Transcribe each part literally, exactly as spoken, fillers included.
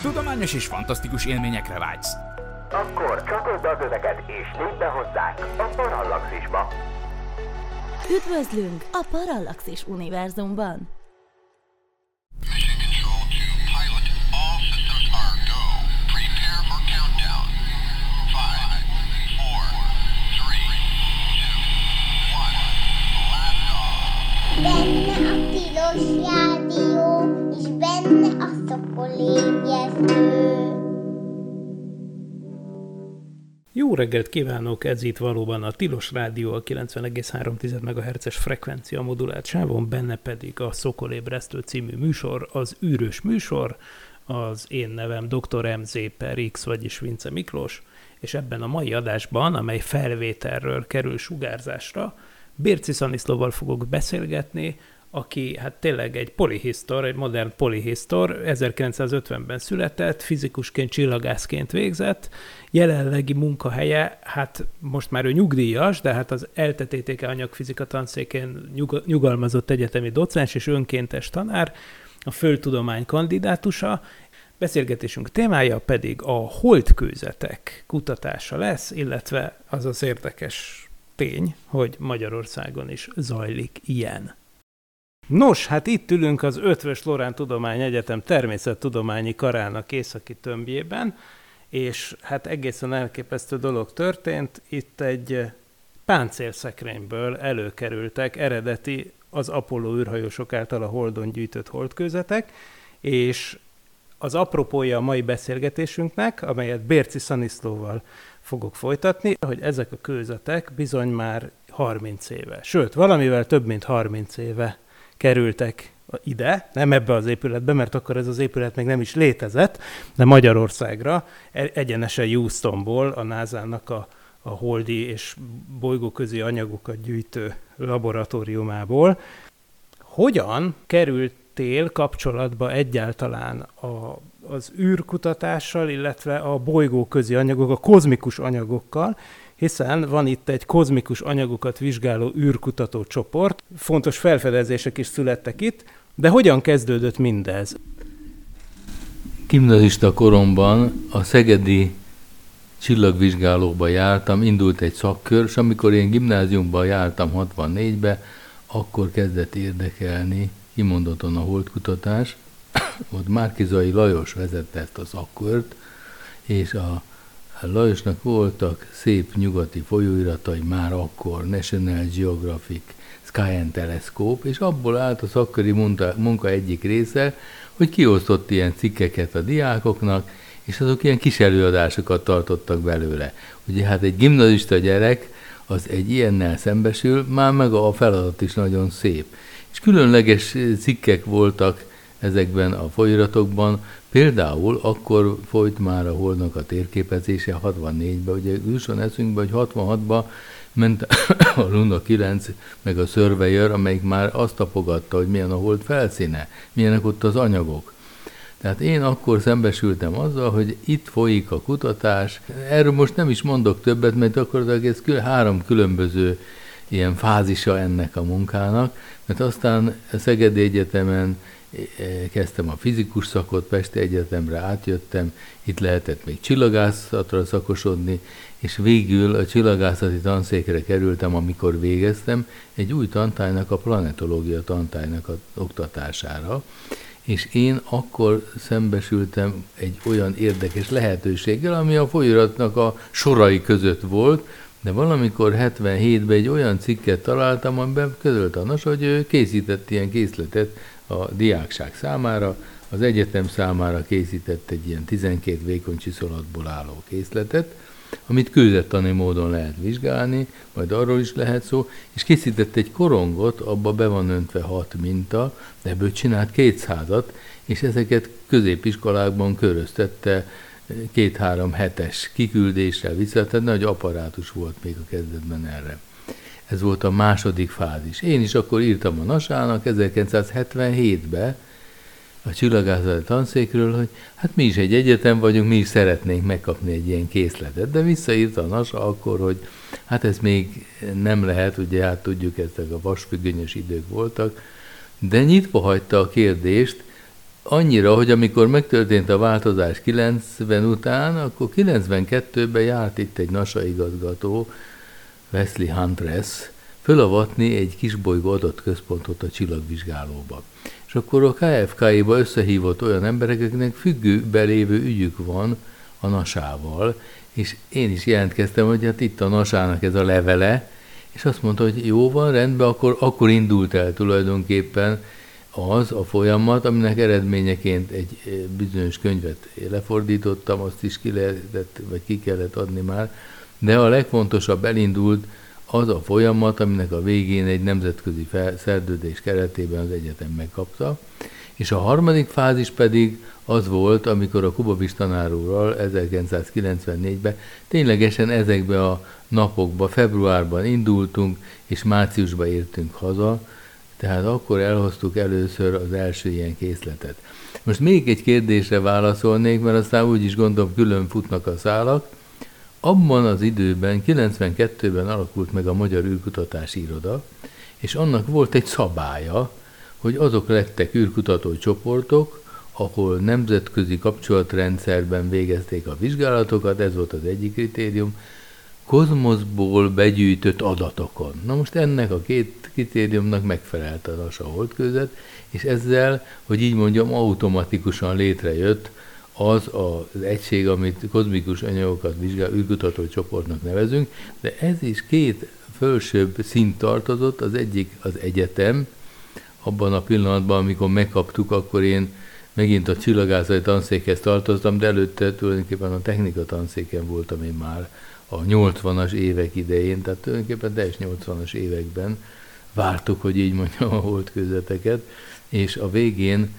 Tudományos és fantasztikus élményekre vágysz? Akkor csatold az öveket és lépj be hozzánk a Parallaxisba! Üdvözlünk a Parallaxis univerzumban! Benne a tilos rádió, és benne a szokolébresztő. Jó reggelt kívánok, ez itt valóban a Tilos Rádió, a kilencven egész három megahertzes frekvencia modulált sávon, benne pedig a Szokolébresztő című műsor, az űrös műsor, az én nevem doktor em zé per X, vagyis Vince Miklós, és ebben a mai adásban, amely felvételről kerül sugárzásra, Bérczy Szaniszlóval fogok beszélgetni, aki hát tényleg egy polihisztor, egy modern polihisztor, ezerkilencszázötvenben született, fizikusként, csillagászként végzett, jelenlegi munkahelye, hát most már ő nyugdíjas, de hát az E L T E T K anyagfizika tanszékén nyug- nyugalmazott egyetemi docens és önkéntes tanár, a földtudomány kandidátusa. Beszélgetésünk témája pedig a holdkőzetek kutatása lesz, illetve az az érdekes tény, hogy Magyarországon is zajlik ilyen. Nos, hát itt ülünk az Eötvös Loránd Tudományegyetem természettudományi karának északi tömbjében, és hát egészen elképesztő dolog történt. Itt egy páncélszekrényből előkerültek eredeti az Apollo űrhajósok által a Holdon gyűjtött holdkőzetek, és az apropója a mai beszélgetésünknek, amelyet Bérczy Szaniszlóval fogok folytatni, hogy ezek a kőzetek bizony már harminc éve, sőt, valamivel több mint harminc éve kerültek ide, nem ebbe az épületbe, mert akkor ez az épület még nem is létezett, de Magyarországra, egyenesen Houstonból, a nászának a, a holdi és bolygóközi anyagokat gyűjtő laboratóriumából. Hogyan kerültél kapcsolatba egyáltalán a az űrkutatással, illetve a bolygóközi anyagok, a kozmikus anyagokkal, hiszen van itt egy kozmikus anyagokat vizsgáló űrkutató csoport, fontos felfedezések is születtek itt, de hogyan kezdődött mindez? Gimnazista koromban a szegedi csillagvizsgálóba jártam, indult egy szakkör, és amikor én gimnáziumban jártam hatvannégybe, akkor kezdett érdekelni kimondottan a holdkutatás. Ott Márki-Zay Lajos vezette ezt a szakkört, és a Lajosnak voltak szép nyugati folyóiratai már akkor, National Geographic, Sky and Telescope, és abból állt a szakköri munka, munka egyik része, hogy kiosztott ilyen cikkeket a diákoknak, és azok ilyen kis előadásokat tartottak belőle. Ugye hát egy gimnazista gyerek, az egy ilyennel szembesül, már meg a feladat is nagyon szép. És különleges cikkek voltak ezekben a folyóiratokban, például akkor folyt már a Holdnak a térképezése hatvannégyben, ugye jusson eszünkbe, hogy hatvanhatban ment a Luna kilenc, meg a Surveyor, amelyik már azt tapogatta, hogy milyen a Hold felszíne, milyenek ott az anyagok. Tehát én akkor szembesültem azzal, hogy itt folyik a kutatás. Erről most nem is mondok többet, mert akkor ez kül- három különböző ilyen fázisa ennek a munkának, mert aztán a Szegedi Egyetemen kezdtem a fizikus szakot, Pesti Egyetemre átjöttem, itt lehetett még csillagászatra szakosodni, és végül a csillagászati tanszékre kerültem, amikor végeztem, egy új tantárgynak, a planetológia tantárgynak az oktatására, és én akkor szembesültem egy olyan érdekes lehetőséggel, ami a folyóiratnak a sorai között volt, de valamikor hetvenhétben egy olyan cikket találtam, amiben közölt a Nas, hogy ő készített ilyen készletet a diákság számára, az egyetem számára készített egy ilyen tizenkét vékony csiszolatból álló készletet, amit kőzettani módon lehet vizsgálni, majd arról is lehet szó, és készített egy korongot, abba be van öntve hat minta, de ebből csinált kétszázat, és ezeket középiskolákban köröztette két-három hetes kiküldéssel vissza, tehát nagy apparátus volt még a kezdetben erre. Ez volt a második fázis. Én is akkor írtam a nasának ezerkilencszázhetvenhétben a csillagászati tanszékről, hogy hát mi is egy egyetem vagyunk, mi is szeretnénk megkapni egy ilyen készletet, de visszaírta a NASA akkor, hogy hát ez még nem lehet, ugye hát tudjuk, ezek a vasfüggönyös idők voltak, de nyitva hagyta a kérdést annyira, hogy amikor megtörtént a változás kilencven után, akkor kilencvenkettőben járt itt egy NASA igazgató, Wesley Huntress, fölavatni egy kisbolygó adatközpontot a csillagvizsgálóba. És akkor a ká ef ká-ba összehívott olyan emberek, akiknek függőben lévő ügyük van a NASA-val, és én is jelentkeztem, hogy hát itt a NASA-nak ez a levele, és azt mondta, hogy jó van, rendben, akkor, akkor indult el tulajdonképpen az a folyamat, aminek eredményeként egy bizonyos könyvet lefordítottam, azt is ki lehetett, vagy ki kellett adni már, de a legfontosabb elindult az a folyamat, aminek a végén egy nemzetközi szerződés keretében az egyetem megkapta, és a harmadik fázis pedig az volt, amikor a Kubovics tanár úrral ezerkilencszázkilencvennégyben ténylegesen ezekbe a napokba, februárban indultunk, és márciusban értünk haza, tehát akkor elhoztuk először az első ilyen készletet. Most még egy kérdésre válaszolnék, mert aztán úgy is gondolom külön futnak a szálak. Abban az időben, kilencvenkettőben alakult meg a Magyar űrkutatási iroda, és annak volt egy szabálya, hogy azok lettek űrkutató csoportok, ahol nemzetközi kapcsolatrendszerben végezték a vizsgálatokat, ez volt az egyik kritérium, kozmoszból begyűjtött adatokon. Na most ennek a két kritériumnak megfelelt a NASA holdkőzet, és ezzel, hogy így mondjam, automatikusan létrejött az az egység, amit kozmikus anyagokat vizsgál, űrkutató csoportnak nevezünk, de ez is két fölsőbb szint tartozott, az egyik az egyetem, abban a pillanatban, amikor megkaptuk, akkor én megint a csillagászati tanszékhez tartoztam, de előtte tulajdonképpen a technika tanszéken voltam én már a nyolcvanas évek idején, tehát tulajdonképpen teljes nyolcvanas években vártuk, hogy így mondjam, a holdkőzeteket, és a végén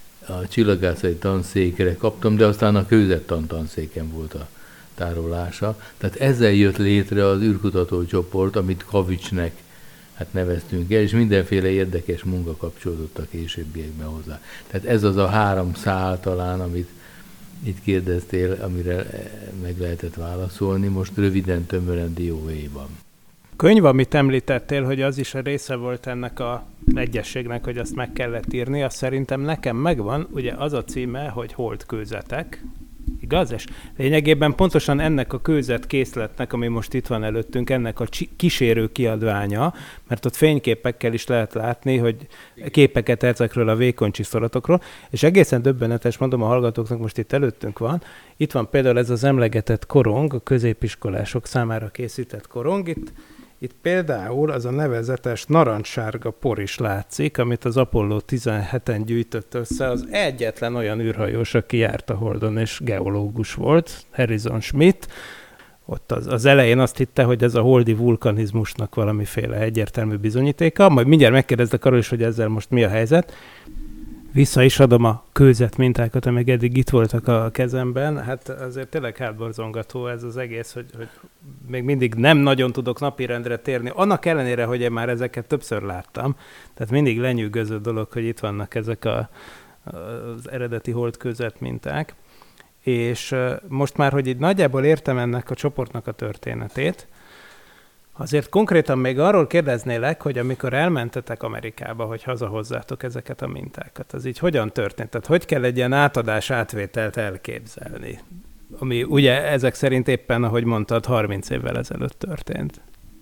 a csillagászati tanszékre kaptam, de aztán a kőzettan tanszéken volt a tárolása. Tehát ezzel jött létre az űrkutató csoport, amit Kavicsnek hát neveztünk el, és mindenféle érdekes munka kapcsolódott a későbbiekben hozzá. Tehát ez az a három szál talán, amit itt kérdeztél, amire meg lehetett válaszolni, most röviden, tömören dióhéjban. Könyv, amit említettél, hogy az is a része volt ennek a egyességnek, hogy azt meg kellett írni, azt szerintem nekem megvan, ugye az a címe, hogy Holdkőzetek, igaz? És lényegében pontosan ennek a kőzetkészletnek, ami most itt van előttünk, ennek a kísérő kiadványa, mert ott fényképekkel is lehet látni, hogy képeket ezekről a vékony csiszolatoktól, és egészen döbbenetes, mondom a hallgatóknak, most itt előttünk van, itt van például ez az emlegetett korong, a középiskolások számára készített korong, itt Itt például az a nevezetes narancssárga por is látszik, amit az Apollo tizenheten gyűjtött össze. Az egyetlen olyan űrhajós, aki járt a Holdon és geológus volt, Harrison Schmitt. Ott az, az elején azt hitte, hogy ez a holdi vulkanizmusnak valamiféle egyértelmű bizonyítéka. Majd mindjárt megkérdezlek arról is, hogy ezzel most mi a helyzet. Vissza is adom a kőzet mintákat, amik eddig itt voltak a kezemben. Hát azért tényleg hátborzongató ez az egész, hogy, hogy még mindig nem nagyon tudok napirendre térni. Annak ellenére, hogy én már ezeket többször láttam. Tehát mindig lenyűgöző dolog, hogy itt vannak ezek a, az eredeti holdkőzet minták. És most már, hogy így nagyjából értem ennek a csoportnak a történetét, azért konkrétan még arról kérdeznélek, hogy amikor elmentetek Amerikába, hogy hazahozzátok ezeket a mintákat, az így hogyan történt? Tehát hogy kell egy ilyen átadás, átvételt elképzelni? Ami ugye ezek szerint éppen, ahogy mondtad, harminc évvel ezelőtt történt.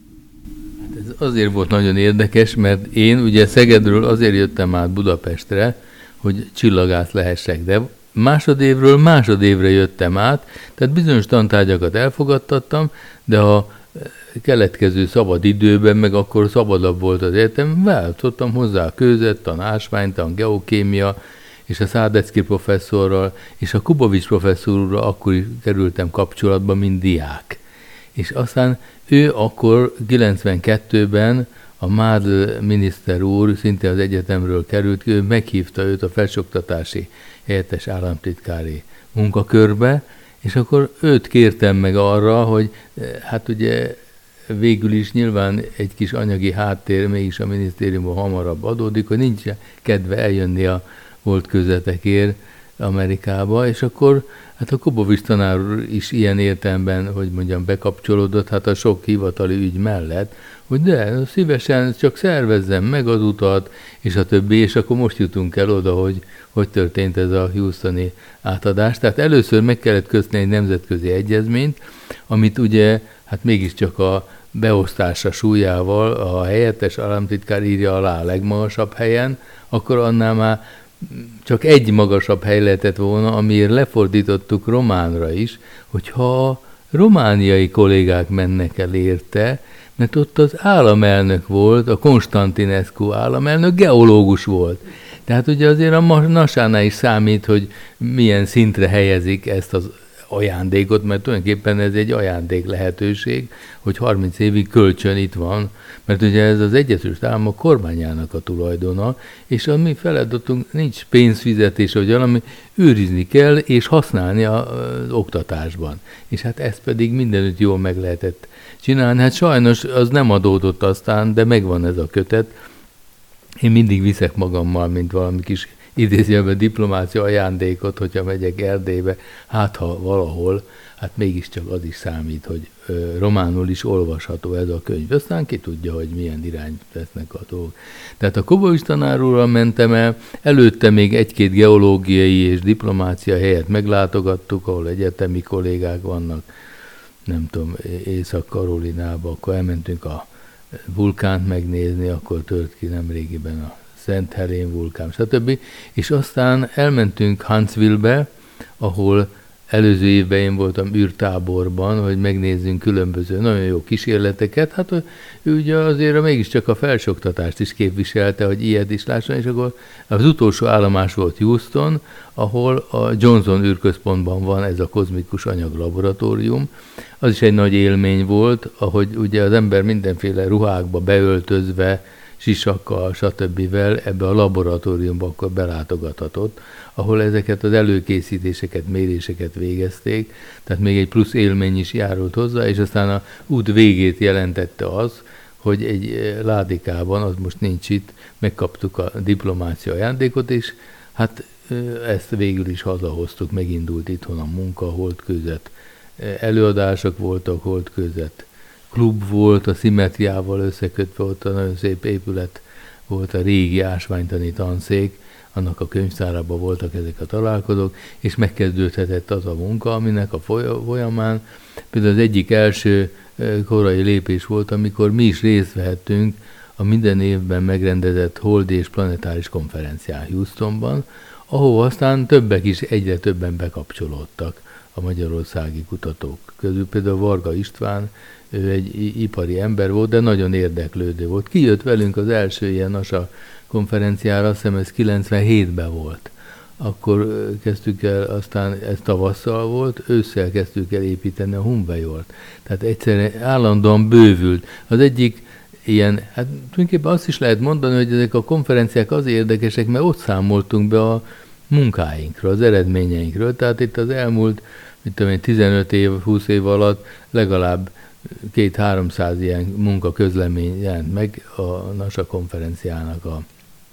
Ez azért volt nagyon érdekes, mert én ugye Szegedről azért jöttem át Budapestre, hogy csillagász lehessek, de másodévről másodévre jöttem át, tehát bizonyos tantárgyakat elfogadtattam, de a keletkező szabad időben, meg akkor szabadabb volt az egyetem, váltottam hozzá a kőzettan, ásványtan, geokémia, és a Szádecki professzorral, és a Kubovics professzor úrral akkor kerültem kapcsolatba, mint diák. És aztán ő akkor kilencvenkettőben a Mádl miniszter úr, szinte az egyetemről került, ő meghívta őt a felsőoktatási helyettes államtitkári munkakörbe, és akkor őt kértem meg arra, hogy hát ugye végül is nyilván egy kis anyagi háttér mégis a minisztériumban hamarabb adódik, hogy nincs kedve eljönni a holdkőzetekért Amerikába, és akkor hát a Kubovics tanár úr is ilyen értelemben, hogy mondjam, bekapcsolódott, hát a sok hivatali ügy mellett, hogy de, szívesen csak szervezzem meg az utat, és a többi, és akkor most jutunk el oda, hogy hogy történt ez a houstoni átadás. Tehát először meg kellett kötni egy nemzetközi egyezményt, amit ugye, hát mégiscsak a beosztása súlyával a helyettes államtitkár írja alá a legmagasabb helyen, akkor annál már csak egy magasabb hely lehetett volna, amiért lefordítottuk románra is, hogyha a romániai kollégák mennek el érte, mert ott az államelnök volt, a Constantinescu államelnök geológus volt. Tehát ugye azért a nasánál is számít, hogy milyen szintre helyezik ezt az ajándékot, mert tulajdonképpen ez egy ajándék lehetőség, hogy harminc évig kölcsön itt van, mert ugye ez az Egyesült Államok kormányának a tulajdona, és a mi feladatunk nincs pénzfizetés, vagy valami, őrizni kell, és használni az oktatásban. És hát ezt pedig mindenütt jól meg lehetett csinálni. Hát sajnos az nem adódott aztán, de megvan ez a kötet. Én mindig viszek magammal, mint valami kis idézőjelben diplomácia ajándékot, hogyha megyek Erdélybe, hát ha valahol, hát mégiscsak az is számít, hogy ö, románul is olvasható ez a könyv. Aztán ki tudja, hogy milyen irányt vesznek a dolgok. Tehát a Kobovics tanár úrral mentem el, előtte még egy-két geológiai és diplomácia helyet meglátogattuk, ahol egyetemi kollégák vannak, nem tudom, Észak-Karolinába, akkor elmentünk a vulkánt megnézni, akkor tört ki nemrégiben a Szent Helén vulkán, stb. És aztán elmentünk Huntsville-be, ahol előző évben én voltam űrtáborban, hogy megnézzünk különböző nagyon jó kísérleteket. Hát ő ugye azért mégiscsak a felsőoktatást is képviselte, hogy ilyet is lásson, és akkor az utolsó állomás volt Houston, ahol a Johnson űrközpontban van ez a kozmikus anyag laboratórium. Az is egy nagy élmény volt, ahogy ugye az ember mindenféle ruhákba beöltözve, sisakkal, stb. Ebbe a laboratóriumba akkor belátogathatott, ahol ezeket az előkészítéseket, méréseket végezték, tehát még egy plusz élmény is járult hozzá, és aztán a út végét jelentette az, hogy egy ládikában, az most nincs itt, megkaptuk a diplomácia ajándékot, és hát ezt végül is hazahoztuk, megindult itthon a munka, holdkőzet előadások voltak, holdkőzet klub volt, a szimmetriával összekötve, ott a nagyon szép épület volt, a régi ásványtani tanszék, annak a könyvtárában voltak ezek a találkozók, és megkezdődhetett az a munka, aminek a folyamán például az egyik első korai lépés volt, amikor mi is részt vehettünk a minden évben megrendezett holdi és planetáris konferencián Houstonban, ahova aztán többek is egyre többen bekapcsolódtak a magyarországi kutatók közül. Például Varga István, ő egy ipari ember volt, de nagyon érdeklődő volt. Kijött velünk az első ilyen NASA konferenciára, azt hiszem ez kilencvenhétben volt. Akkor kezdtük el, aztán ez tavasszal volt, ősszel kezdtük el építeni a Humvejort. Tehát egyszerűen állandóan bővült. Az egyik ilyen, hát tulajdonképpen azt is lehet mondani, hogy ezek a konferenciák azért érdekesek, mert ott számoltunk be a munkáinkról, az eredményeinkről. Tehát itt az elmúlt, mit tudom én, tizenöt év, húsz év alatt legalább két-háromszáz ilyen munkaközlemény jelent meg a NASA konferenciának a,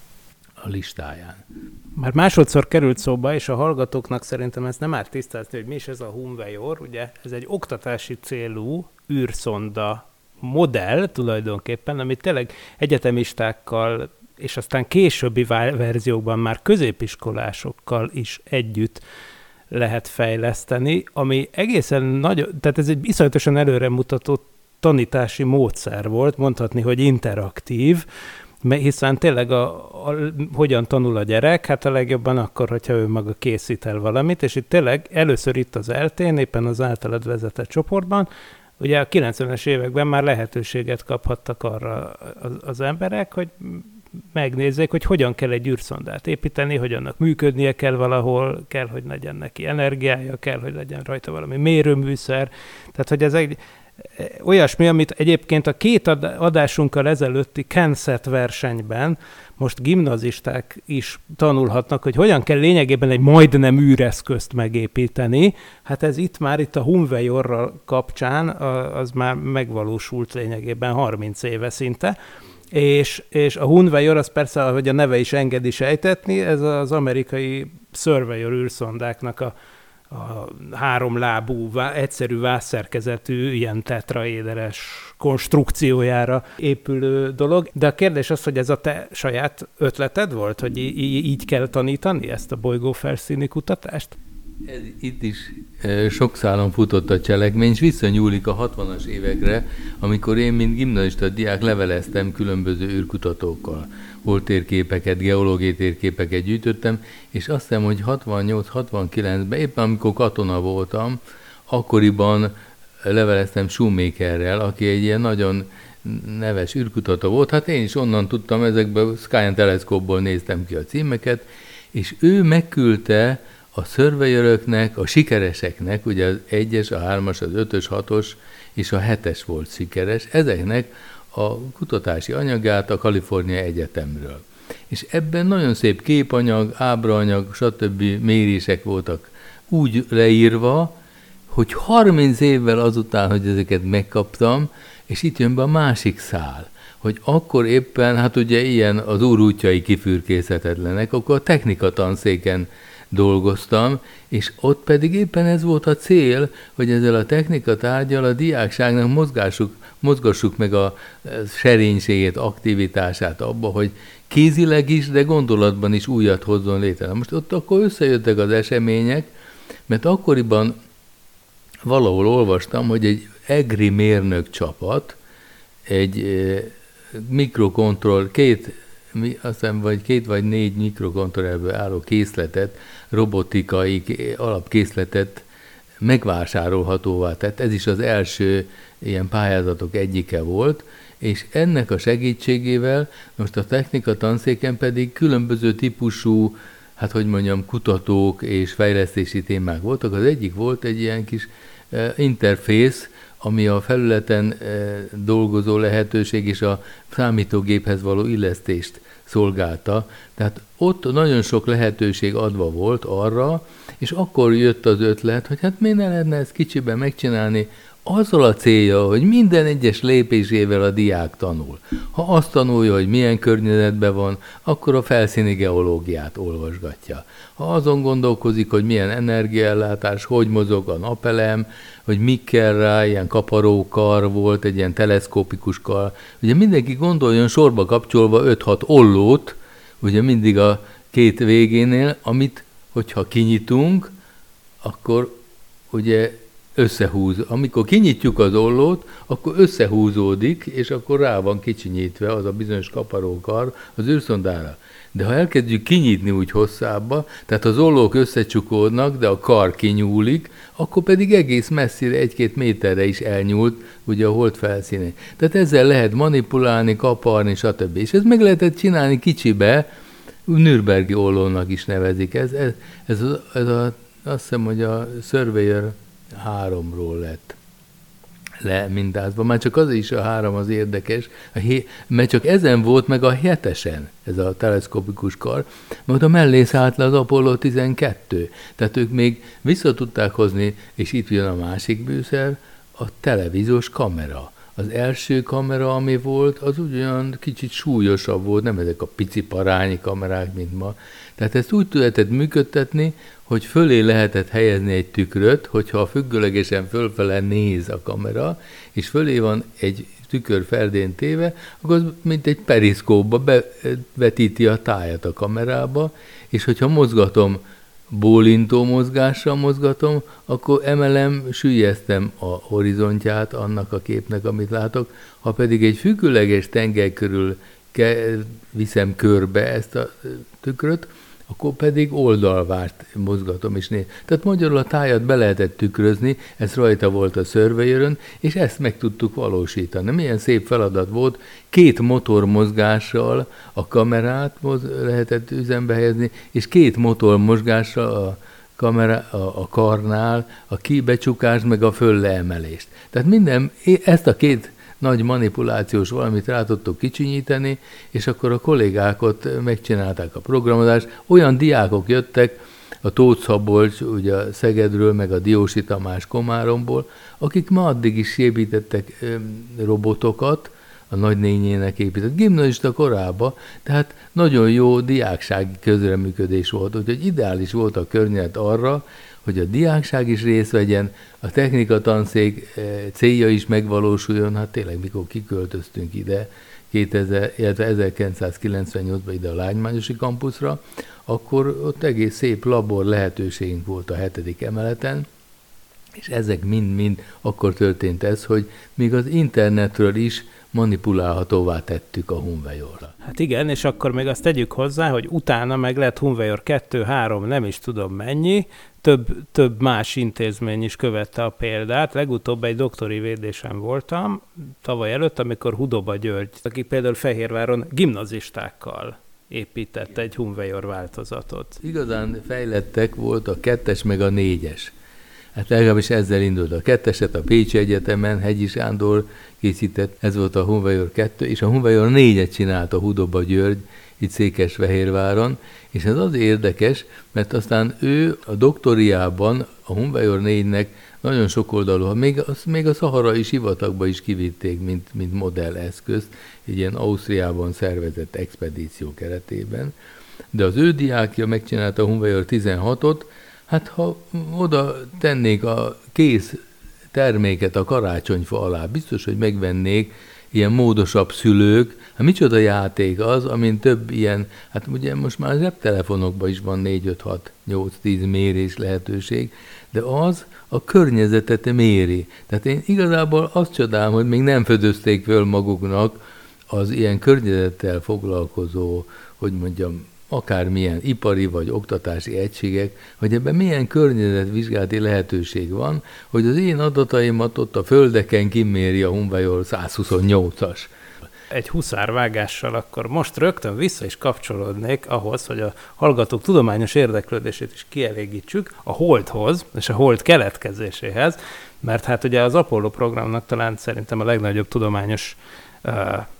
a listáján. Már másodszor került szóba, és a hallgatóknak szerintem ezt nem árt tisztázni, hogy mi is ez a Humvejor. Ugye ez egy oktatási célú űrszonda modell tulajdonképpen, amit tényleg egyetemistákkal, és aztán későbbi verziókban már középiskolásokkal is együtt lehet fejleszteni, ami egészen nagy, tehát ez egy iszonyatosan előremutató tanítási módszer volt, mondhatni, hogy interaktív, hiszen tényleg a, a, hogyan tanul a gyerek, hát a legjobban akkor, hogyha ő maga készít el valamit, és itt tényleg először itt az é el té-n, éppen az általad vezetett csoportban, ugye a kilencvenes években már lehetőséget kaphattak arra az, az emberek, hogy megnézzék, hogy hogyan kell egy űrszondát építeni, hogy annak működnie kell valahol, kell, hogy legyen neki energiája, kell, hogy legyen rajta valami mérőműszer. Tehát, hogy ez egy olyasmi, amit egyébként a két adásunkkal ezelőtti Kenset versenyben most gimnazisták is tanulhatnak, hogy hogyan kell lényegében egy majdnem űreszközt megépíteni. Hát ez itt már, itt a Humvejorral kapcsán, az már megvalósult lényegében harminc éve szinte. És, és a Humvejor, az persze, ahogy a neve is engedi sejtetni, ez az amerikai Surveyor űrszondáknak a, a háromlábú, egyszerű vászszerkezetű, ilyen tetraéderes konstrukciójára épülő dolog. De a kérdés az, hogy ez a te saját ötleted volt, hogy í- így kell tanítani ezt a bolygófelszíni kutatást? Ez itt is e, sok szálon futott a cselekmény, és visszanyúlik a hatvanas évekre, amikor én, mint gimnazista diák leveleztem különböző űrkutatókkal. Holdtérképeket, geológiai térképeket gyűjtöttem, és azt hiszem, hogy hatvannyolc-hatvankilencben, éppen amikor katona voltam, akkoriban leveleztem Shoemakerrel, aki egy ilyen nagyon neves űrkutató volt. Hát én is onnan tudtam, ezekből Sky teleszkópból néztem ki a címeket, és ő megküldte a szörvejöröknek, a sikereseknek, ugye az egyes, a hármas, az ötös, hatos és a hetes volt sikeres, ezeknek a kutatási anyagát a Kalifornia Egyetemről. És ebben nagyon szép képanyag, ábraanyag, stb. Mérések voltak úgy leírva, hogy harminc évvel azután, hogy ezeket megkaptam, és itt jön be a másik szál, hogy akkor éppen, hát ugye ilyen az úr útjai kifürkészhetetlenek, akkor a technika tanszéken dolgoztam, és ott pedig éppen ez volt a cél, hogy ezzel a technika tárgyal a diákságnak mozgásuk, mozgassuk meg a serénységét, aktivitását abba, hogy kézileg is, de gondolatban is újat hozzon létre. Most ott akkor összejöttek az események, mert akkoriban valahol olvastam, hogy egy egri mérnök csapat egy mikrokontroll, két, azt hiszem, vagy két vagy négy mikrokontrollerből álló készletet, robotikai alapkészletet megvásárolhatóvá tett. Ez is az első ilyen pályázatok egyike volt, és ennek a segítségével most a technika tanszéken pedig különböző típusú, hát hogy mondjam, kutatók és fejlesztési témák voltak. Az egyik volt egy ilyen kis uh, interfész, ami a felületen uh, dolgozó lehetőség és a számítógéphez való illesztést szolgálta. Tehát ott nagyon sok lehetőség adva volt arra, és akkor jött az ötlet, hogy hát miért ne lehetne ezt kicsiben megcsinálni, azzal a célja, hogy minden egyes lépésével a diák tanul. Ha azt tanulja, hogy milyen környezetben van, akkor a felszíni geológiát olvasgatja. Ha azon gondolkozik, hogy milyen energiaellátás, hogy mozog a napelem, hogy mi kell rá, ilyen kaparókar volt, egy ilyen teleszkópikus kar. Ugye mindenki gondoljon sorba kapcsolva öt-hat ollót, ugye mindig a két végénél, amit, hogyha kinyitunk, akkor ugye összehúz. Amikor kinyitjuk az ollót, akkor összehúzódik, és akkor rá van kicsinyítve az a bizonyos kaparókar az űrszondára. De ha elkezdjük kinyitni úgy hosszába, tehát az ollók összecsukódnak, de a kar kinyúlik, akkor pedig egész messzire, egy-két méterre is elnyúlt, ugye a hold felszínén. Tehát ezzel lehet manipulálni, kaparni, stb. És ezt meg lehetett csinálni kicsibe, Nürnbergi ollónak is nevezik. Ez, ez, ez, a, ez a, azt hiszem, hogy a Surveyor háromról lett lemintázva. Már csak az is a három az érdekes, a hé, mert csak ezen volt meg a hetesen, ez a teleszkopikus kar, majd a mellé szállt le az Apollo tizenkettő. Tehát ők még vissza tudták hozni, és itt jön a másik bűszer, a televíziós kamera. Az első kamera, ami volt, az ugyan kicsit súlyosabb volt, nem ezek a pici parányi kamerák, mint ma. Tehát ezt úgy lehetett működtetni, hogy fölé lehetett helyezni egy tükröt, hogyha függőlegesen fölfele néz a kamera, és fölé van egy tükör ferdén téve, akkor az mint egy periszkópba bevetíti a tájat a kamerába, és hogyha mozgatom, bólintó mozgással mozgatom, akkor emelem, süllyesztem a horizontját annak a képnek, amit látok. Ha pedig egy függőleges tengely körül ke- viszem körbe ezt a tükröt, akkor pedig oldalvást mozgatom is néz. Tehát magyarul a tájat be lehetett tükrözni, ez rajta volt a Surveyorön, és ezt meg tudtuk valósítani. Milyen szép feladat volt, két motormozgással a kamerát moz- lehetett üzembe helyezni, és két motormozgással a, kamera, a, a karnál a kibecsukást, meg a fölleemelést. Tehát minden, ezt a két nagy manipulációs valamit rá tudtuk kicsinyíteni, és akkor a kollégák ott megcsinálták a programozást. Olyan diákok jöttek, a Tóth Szabolcs, ugye a Szegedről, meg a Diósi Tamás Komáromból, akik ma addig is építettek robotokat, a nagynényének épített gimnazista korába, tehát nagyon jó diáksági közreműködés volt, úgyhogy ideális volt a környezet arra, hogy a diákság is részt vegyen, a technika tanszék célja is megvalósuljon, hát tényleg mikor kiköltöztünk ide, kétezer, illetve ezerkilencszázkilencvennyolcban ide a Lágymányosi kampuszra, akkor ott egész szép labor lehetőségünk volt a hetedik emeleten, és ezek mind-mind akkor történt ez, hogy még az internetről is manipulálhatóvá tettük a Hunvejorra. Hát igen, és akkor még azt tegyük hozzá, hogy utána meg lett Hunvejor kettő, három, nem is tudom mennyi, több, több más intézmény is követte a példát. Legutóbb egy doktori védésen voltam, tavaly előtt, amikor Hudoba György, aki például Fehérváron gimnazistákkal épített egy Hunvejor változatot. Igazán fejlettek volt a kettes meg a négyes. Hát legalábbis ezzel indult a ketteset, a Pécsi Egyetemen Hegyi Sándor készített, ez volt a Hunvejor kettő, és a Hunvejor négyet csinált a Hudoba György, itt Székesfehérváron, és ez az érdekes, mert aztán ő a doktoriában a Hunvejor négynek nagyon sokoldalú, még, még a szaharai sivatagba is kivitték, mint, mint modelleszközt, egy ilyen Ausztriában szervezett expedíció keretében, de az ő diákja megcsinálta a Hunvejor tizenhatot, hát ha oda tennék a kész terméket a karácsonyfa alá, biztos, hogy megvennék ilyen módosabb szülők. Hát micsoda játék az, amin több ilyen, hát ugye most már zsebtelefonokban is van négy, öt, hat, nyolc, tíz mérés lehetőség, de az a környezetet méri. Tehát én igazából azt csodálom, hogy még nem fedezték föl maguknak az ilyen környezettel foglalkozó, hogy mondjam, akármilyen ipari vagy oktatási egységek, hogy ebben milyen környezetvizsgálati lehetőség van, hogy az én adataimat ott a földeken kiméri a Hunvejor százhuszonnyolcas. Egy huszárvágással akkor most rögtön vissza is kapcsolódnék ahhoz, hogy a hallgatók tudományos érdeklődését is kielégítsük a Holdhoz és a Hold keletkezéséhez, mert hát ugye az Apollo programnak talán szerintem a legnagyobb tudományos uh,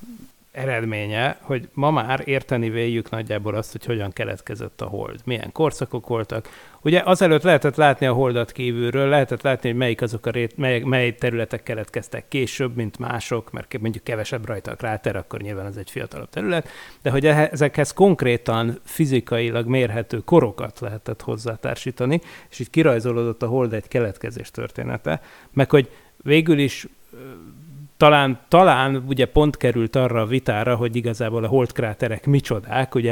eredménye, hogy ma már érteni véljük nagyjából azt, hogy hogyan keletkezett a Hold, milyen korszakok voltak. Ugye azelőtt lehetett látni a Holdat kívülről, lehetett látni, hogy melyik azok a rét, mely, mely területek keletkeztek később, mint mások, mert mondjuk kevesebb rajta a kráter, akkor nyilván ez egy fiatalabb terület, de hogy ezekhez konkrétan fizikailag mérhető korokat lehetett hozzátársítani, és így kirajzolódott a Hold egy keletkezés története, meg hogy végül is Talán, talán ugye pont került arra a vitára, hogy igazából a holdkráterek micsodák, ugye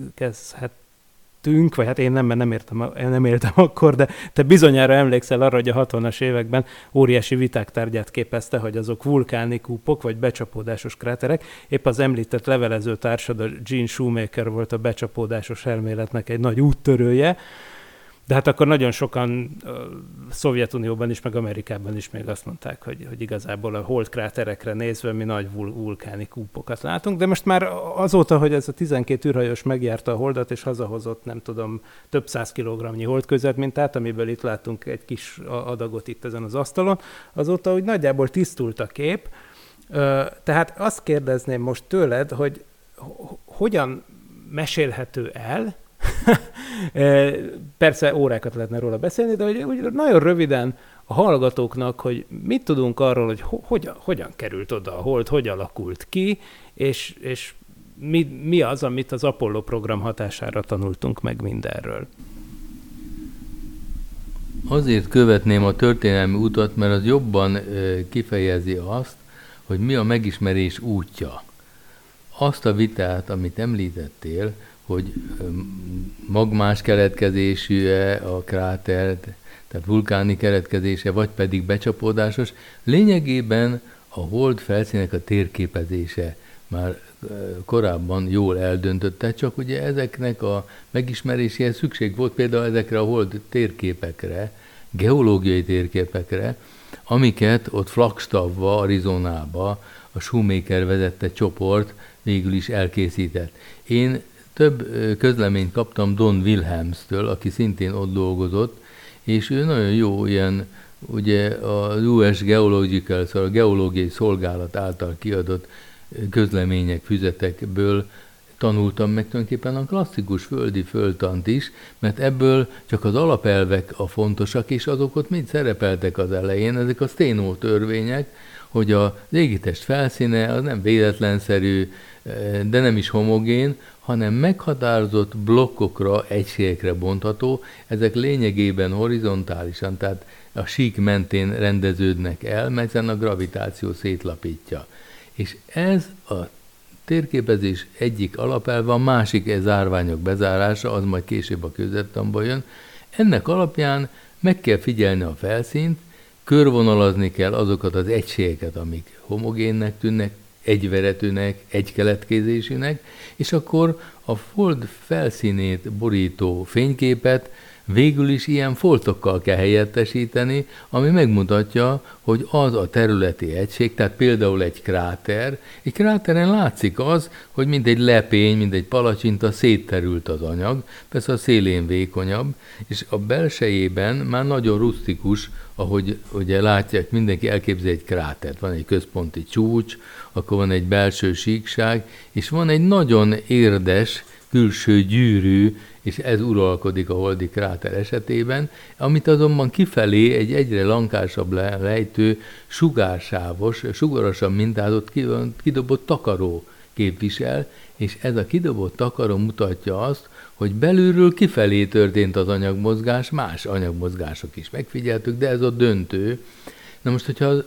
emlékezhetünk, vagy hát én nem, mert nem, értem, nem éltem akkor, de te bizonyára emlékszel arra, hogy a hatvanas években óriási viták tárgyát képezte, hogy azok vulkáni kúpok, vagy becsapódásos kráterek. Épp az említett levelező társad, a Gene Shoemaker volt a becsapódásos elméletnek egy nagy úttörője, de hát akkor nagyon sokan a Szovjetunióban is, meg Amerikában is még azt mondták, hogy, hogy igazából a holdkráterekre nézve mi nagy vul- vulkáni kúpokat látunk, de most már azóta, hogy ez a tizenkét űrhajós megjárta a Holdat, és hazahozott, nem tudom, több száz kilogramnyi holdközetmintát, amiből itt látunk egy kis adagot itt ezen az asztalon, azóta úgy nagyjából tisztult a kép. Tehát azt kérdezném most tőled, hogy hogyan mesélhető el, persze órákat lehetne róla beszélni, de hogy úgy nagyon röviden a hallgatóknak, hogy mit tudunk arról, hogy ho- hogyan, hogyan került oda a Hold, hogy alakult ki, és, és mi, mi az, amit az Apollo program hatására tanultunk meg mindenről. Azért követném a történelmi utat, mert az jobban kifejezi azt, hogy mi a megismerés útja. Azt a vitát, amit említettél, hogy magmás keletkezésű-e a kráter, tehát vulkáni keletkezése, vagy pedig becsapódásos, lényegében a Hold felszínek a térképezése már korábban jól eldöntötte, csak ugye ezeknek a megismeréséhez szükség volt például ezekre a Hold térképekre, geológiai térképekre, amiket ott Flagstaffba, Arizonába a Shoemaker vezette csoport végül is elkészített. Én több közleményt kaptam Don Wilhelmstől, aki szintén ott dolgozott, és ő nagyon jó ilyen, ugye az U S Geological, szóval a geológiai szolgálat által kiadott közlemények, füzetekből tanultam meg tulajdonképpen a klasszikus földi földtant is, mert ebből csak az alapelvek a fontosak, és azok ott mind szerepeltek az elején, ezek a Steno törvények, hogy a légitest felszíne az nem véletlenszerű, de nem is homogén, hanem meghatározott blokkokra, egységekre bontható, ezek lényegében horizontálisan, tehát a sík mentén rendeződnek el, mert ezen a gravitáció szétlapítja. És ez a térképezés egyik alapelve, a másik ez zárványok bezárása, az majd később a középtanban jön. Ennek alapján meg kell figyelni a felszínt, körvonalazni kell azokat az egységeket, amik homogénnek tűnnek, egyveretűnek, egykeletkezésűnek, és akkor a fold felszínét borító fényképet végül is ilyen foltokkal kell helyettesíteni, ami megmutatja, hogy az a területi egység, tehát például egy kráter, egy kráteren látszik az, hogy mint egy lepény, mint egy palacsinta szétterült az anyag, persze a szélén vékonyabb, és a belsejében már nagyon rusztikus, ahogy ugye látják, mindenki elképzel egy krátert, van egy központi csúcs, akkor van egy belső síkság, és van egy nagyon érdes, külső gyűrű, és ez uralkodik a holdi kráter esetében, amit azonban kifelé egy egyre lankásabb lejtő, sugársávos, sugarasan mintázott, kidobott takaró képvisel, és ez a kidobott takaró mutatja azt, hogy belülről kifelé történt az anyagmozgás, más anyagmozgások is megfigyeltük, de ez a döntő. Na most, hogyha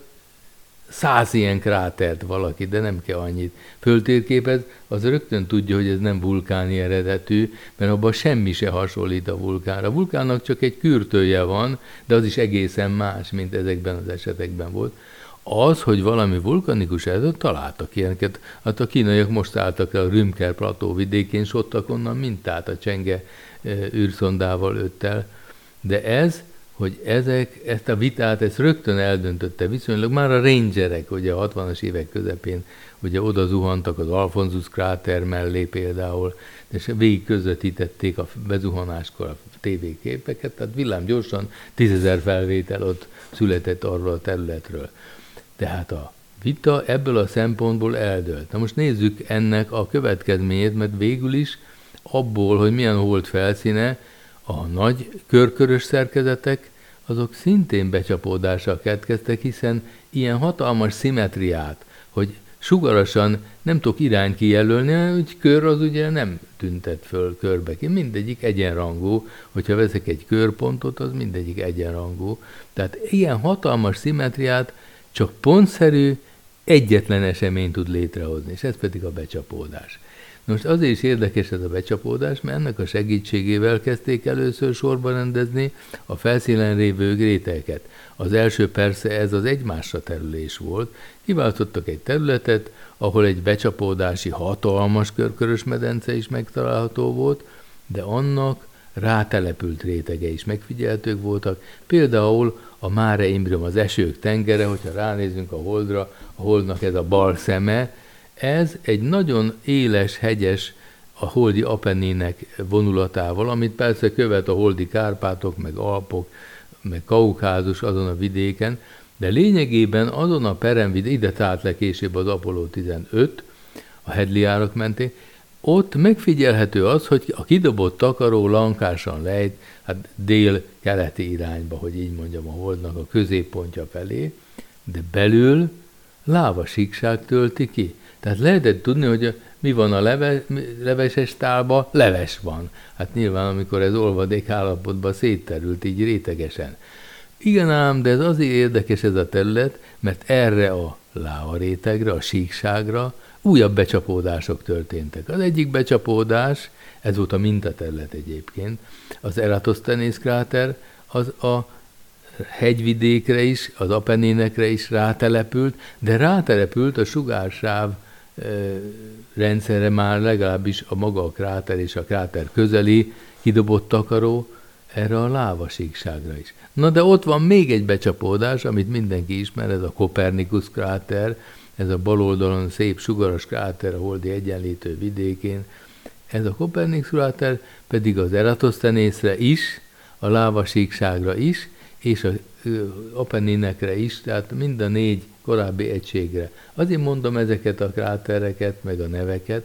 száz ilyen krátert valaki, de nem kell annyit föltérképez, az rögtön tudja, hogy ez nem vulkáni eredetű, mert abban semmi se hasonlít a vulkánra. A vulkánnak csak egy kürtője van, de az is egészen más, mint ezekben az esetekben volt. Az, hogy valami vulkanikus eredet, találtak ilyeneket. Hát a kínaiak most álltak el a Rümker plató vidékén, s ottak onnan mintát a Csenge űrszondával öttel. De ez, hogy ezek, ezt a vitát, ezt rögtön eldöntötte viszonylag, már a rangerek, ugye a hatvanas évek közepén, ugye oda zuhantak az Alfonsus kráter mellé például, és végig közvetítették a bezuhanáskor a tévéképeket, tehát villámgyorsan tízezer felvétel ott született arról a területről. Tehát a vita ebből a szempontból eldőlt. Na most nézzük ennek a következményét, mert végül is abból, hogy milyen hold felszíne, a nagy körkörös szerkezetek, azok szintén becsapódással keletkeztek, hiszen ilyen hatalmas szimmetriát, hogy sugarasan nem tudok irányt kijelölni, hogy kör az ugye nem tüntet föl körbe ki, mindegyik egyenrangú, hogyha veszek egy körpontot, az mindegyik egyenrangú. Tehát ilyen hatalmas szimmetriát csak pontszerű, egyetlen esemény tud létrehozni, és ez pedig a becsapódás. Most azért is érdekes ez a becsapódás, mert ennek a segítségével kezdték először sorba rendezni a felszínen lévő rétegeket. Az első persze ez az egymásra terülés volt. Kiválasztottak egy területet, ahol egy becsapódási hatalmas körkörös medence is megtalálható volt, de annak rátelepült rétege is megfigyelhetők voltak. Például a Mare Imbrium, az esők tengere, hogyha ránézünk a holdra, a holdnak ez a bal szeme, ez egy nagyon éles, hegyes, a holdi Apenninek vonulatával, amit persze követ a holdi Kárpátok, meg Alpok, meg Kaukázus azon a vidéken, de lényegében azon a peremvidéken, ide tállt le később az Apollo tizenöt, a Hedley-árok mentén, ott megfigyelhető az, hogy a kidobott takaró lankásan lejt, hát dél-keleti irányba, hogy így mondjam, a holdnak a középpontja felé, de belül lávasíkság tölti ki. Tehát lehetett tudni, hogy mi van a leve, leveses tálban, leves van. Hát nyilván, amikor ez olvadék állapotban szétterült így rétegesen. Igen ám, de ez azért érdekes ez a terület, mert erre a láva rétegre, a síkságra újabb becsapódások történtek. Az egyik becsapódás, ez volt a mintaterület egyébként, az Eratosthenes kráter, az a hegyvidékre is, az Apenninekre is rátelepült, de rátelepült a sugársáv e, rendszerre már legalábbis a maga a kráter és a kráter közeli kidobott takaró, erre a lávasíkságra is. Na de ott van még egy becsapódás, amit mindenki ismer, ez a Kopernikus kráter, ez a bal oldalon szép sugaras kráter a holdi egyenlítő vidékén. Ez a Kopernikus kráter pedig az Eratosthenesre is, a lávasíkságra is, és az Apenninekre is, tehát mind a négy korábbi egységre. Azért mondom ezeket a krátereket, meg a neveket,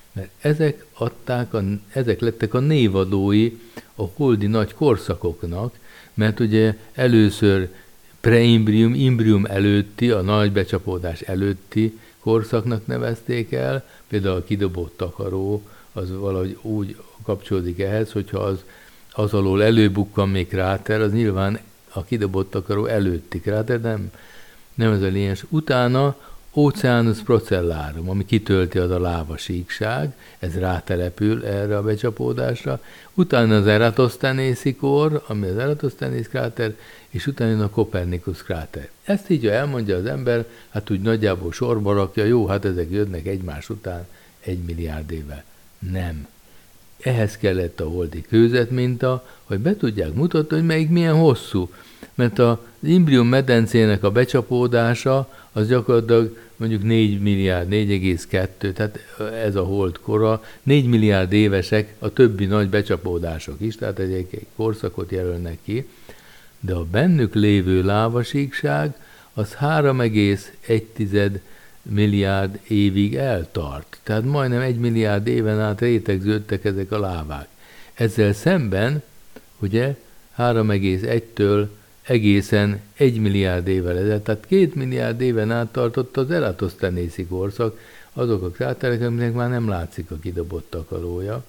Mert ezek adták, a, ezek lettek a névadói a holdi nagy korszakoknak, mert ugye először preimbrium, imbrium előtti, a nagy becsapódás előtti korszaknak nevezték el, például a kidobott takaró, az valahogy úgy kapcsolódik ehhez, hogyha az, az alól előbukkan még kráter, az nyilván a kidobott takaró előtti kráter, nem, nem ez a lényes. Utána Oceanus Procellarum, ami kitölti az a lávasíkság, ez rátelepül erre a becsapódásra, utána az Eratostheneszi kor, ami az Eratosthenes kráter, és utána a Copernicus kráter. Ezt így, ha elmondja az ember, hát úgy nagyjából sorba rakja, jó, hát ezek jönnek egymás után egy milliárd éve. Nem. Ehhez kellett a holdi kőzetminta, hogy be tudják mutatni, hogy melyik milyen hosszú. Mert az Imbrium medencének a becsapódása az gyakorlatilag mondjuk négy milliárd, négy egész kettő, tehát ez a hold kora, négy milliárd évesek a többi nagy becsapódások is, tehát egy, egy korszakot jelölnek ki, de a bennük lévő lávasíkság az három egész egy milliárd évig eltart. Tehát majdnem egy milliárd éven át rétegződtek ezek a lávák. Ezzel szemben, ugye, három egész egytől egészen egy milliárd évvel ezelőtt, tehát két milliárd éven át tartott az Eratostheneszi korszak, azok a kráterek, aminek már nem látszik a kidobott takarója,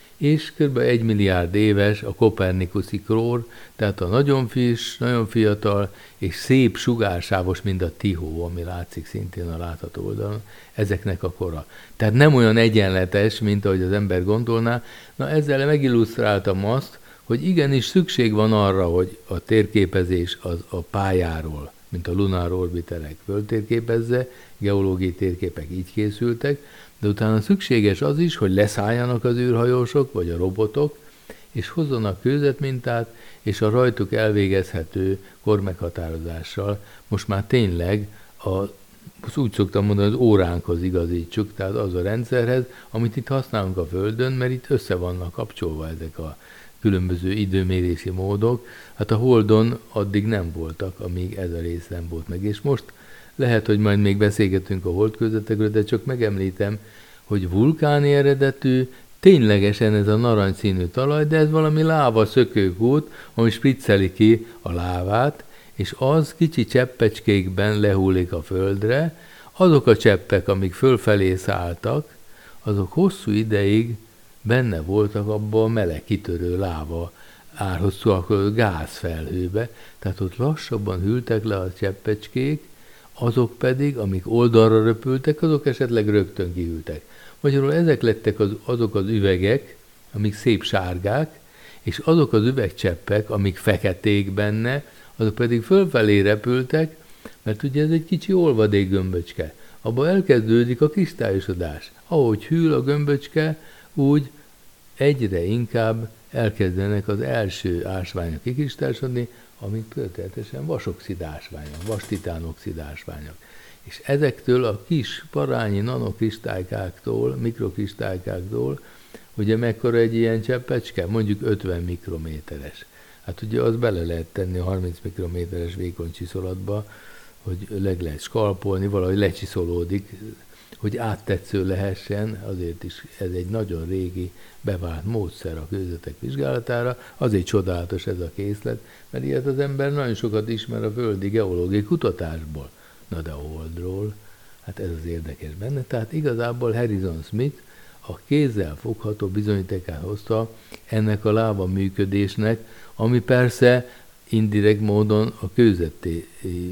és kb. egy milliárd éves a Copernicuszi kor, tehát a nagyon friss, nagyon fiatal, és szép sugársávos, mint a Tihó, ami látszik szintén a látható oldalon, ezeknek a kora. Tehát nem olyan egyenletes, mint ahogy az ember gondolná. Na ezzel megillusztráltam azt, hogy igenis szükség van arra, hogy a térképezés az a pályáról, mint a lunar orbiterek föltérképezze, geológiai térképek így készültek, de utána szükséges az is, hogy leszálljanak az űrhajósok, vagy a robotok, és hozzanak kőzetmintát, és a rajtuk elvégezhető kormeghatározással most már tényleg a, úgy szoktam mondani, az óránkhoz igazítsuk, tehát az a rendszerhez, amit itt használunk a Földön, mert itt össze vannak kapcsolva ezek a különböző időmérési módok. Hát a Holdon addig nem voltak, amíg ez a rész nem volt meg. És most lehet, hogy majd még beszélgetünk a holdkőzetekről, de csak megemlítem, hogy vulkáni eredetű, ténylegesen ez a narancsszínű talaj, de ez valami láva szökőkút, ami spricceli ki a lávát, és az kicsi cseppecskékben lehullik a földre. Azok a cseppek, amik fölfelé szálltak, azok hosszú ideig benne voltak abban a meleg kitörő láva árhosszú akkor gázfelhőbe, tehát ott lassabban hűltek le a cseppecskék, azok pedig, amik oldalra röpültek, azok esetleg rögtön kihűltek. Magyarul ezek lettek az, azok az üvegek, amik szép sárgák, és azok az üvegcseppek, amik feketék benne, azok pedig fölfelé repültek, mert ugye ez egy kicsi olvadék gömböcske. Abba elkezdődik a kristályosodás. Ahogy hűl a gömböcske, úgy egyre inkább elkezdenek az első ásványok kikristályosodni, amik történetesen vasoxid ásványok, vastitánoxid ásványok. És ezektől a kis parányi nanokristálykáktól, mikrokristálykáktól, ugye mekkora egy ilyen cseppecske? Mondjuk ötven mikrométeres. Hát ugye az bele lehet tenni a harminc mikrométeres vékony csiszolatba, hogy leg lehet skalpolni, valahogy lecsiszolódik, hogy áttetsző lehessen, azért is ez egy nagyon régi bevált módszer a kőzetek vizsgálatára, azért csodálatos ez a készlet, mert ilyet az ember nagyon sokat ismer a földi geológiai kutatásból. Na de a Holdról, hát ez az érdekes benne. Tehát igazából Harrison Smith a kézzel fogható bizonyítékát hozta ennek a láva működésnek, ami persze indirekt módon a kőzetté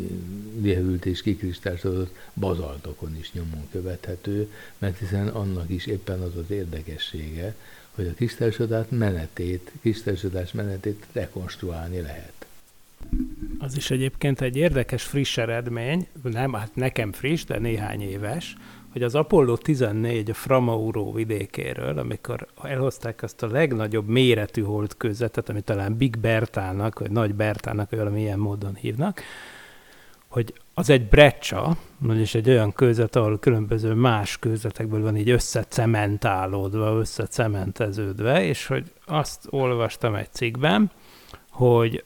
lehűlt és kikristályosodott bazaltokon is nyomon követhető, mert hiszen annak is éppen az az érdekessége, hogy a kristályosodás menetét, kristályosodás menetét rekonstruálni lehet. Az is egyébként egy érdekes friss eredmény, nem, hát nekem friss, de néhány éves, hogy az Apollo tizennégy a Fra-Mauro vidékéről, amikor elhozták azt a legnagyobb méretű holdkőzetet, amit talán Big Bertának, vagy Nagy Bertának, vagy valami ilyen módon hívnak, hogy az egy breccia, vagyis egy olyan kőzet, ahol különböző más kőzetekből van így összecementálódva, összecementeződve, és hogy azt olvastam egy cikkben, hogy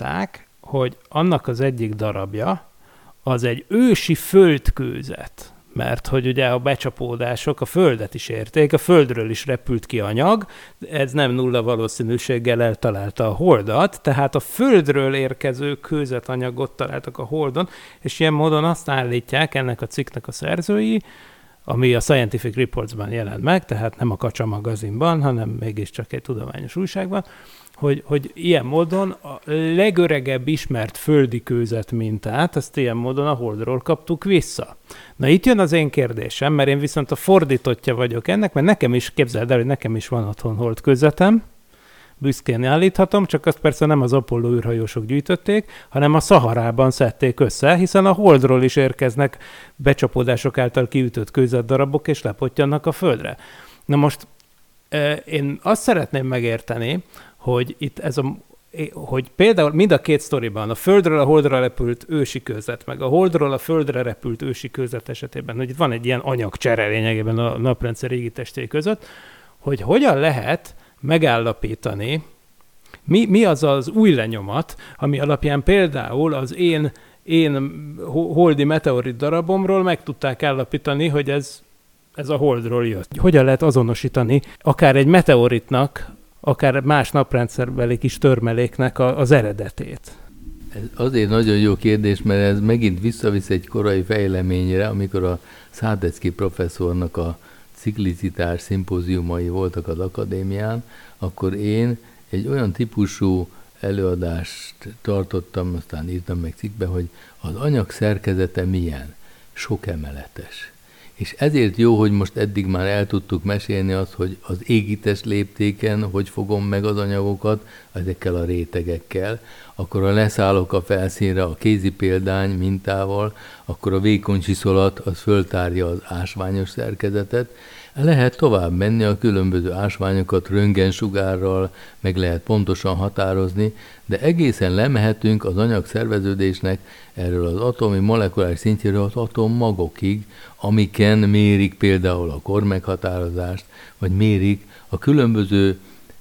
kimutatták, hogy annak az egyik darabja, az egy ősi földkőzet, mert hogy ugye a becsapódások a Földet is érték, a Földről is repült ki anyag, ez nem nulla valószínűséggel eltalálta a Holdat, tehát a Földről érkező kőzetanyagot találtak a Holdon, és ilyen módon azt állítják ennek a cikknek a szerzői, ami a Scientific Reportsban jelent meg, tehát nem a Kacsa magazinban, hanem mégiscsak egy tudományos újságban, hogy, hogy ilyen módon a legöregebb ismert földi kőzet mintát, ezt ilyen módon a Holdról kaptuk vissza. Na itt jön az én kérdésem, mert én viszont a fordítottja vagyok ennek, mert nekem is, képzeld el, hogy nekem is van otthon holdkőzetem, büszkén állíthatom, csak azt persze nem az Apollo űrhajósok gyűjtötték, hanem a Szaharában szedték össze, hiszen a Holdról is érkeznek becsapódások által kiütött kőzetdarabok, és lepottyannak a Földre. Na most én azt szeretném megérteni, hogy itt ez a, hogy például mind a két sztoriban, a Földről a Holdra repült ősi kőzet, meg a Holdról a Földre repült ősi kőzet esetében, hogy itt van egy ilyen anyagcsere lényegében a naprendszer régi testjei között, hogy hogyan lehet megállapítani, mi, mi az az új lenyomat, ami alapján például az én, én holdi meteorit darabomról meg tudták állapítani, hogy ez, ez a Holdról jött. Hogyan lehet azonosítani akár egy meteoritnak, akár más naprendszerbeli kis törmeléknek a, az eredetét? Ez azért nagyon jó kérdés, mert ez megint visszavisz egy korai fejleményre, amikor a Szádecki professzornak a ciklicitás szimpóziumai voltak az akadémián, akkor én egy olyan típusú előadást tartottam, aztán írtam meg cikkbe, hogy az anyag szerkezete milyen, sok emeletes. És ezért jó, hogy most eddig már el tudtuk mesélni azt, hogy az égítés léptéken hogy fogom meg az anyagokat, ezekkel a rétegekkel, akkor ha leszállok a felszínre a kézi példány mintával, akkor a vékony csiszolat az föltárja az ásványos szerkezetet, lehet tovább menni a különböző ásványokat röntgensugárral, meg lehet pontosan határozni, de egészen lemehetünk az anyag szerveződésnek erről az atomi molekuláris szintjéről az atommagokig, amiken mérik például a kormeghatározást, vagy mérik a különböző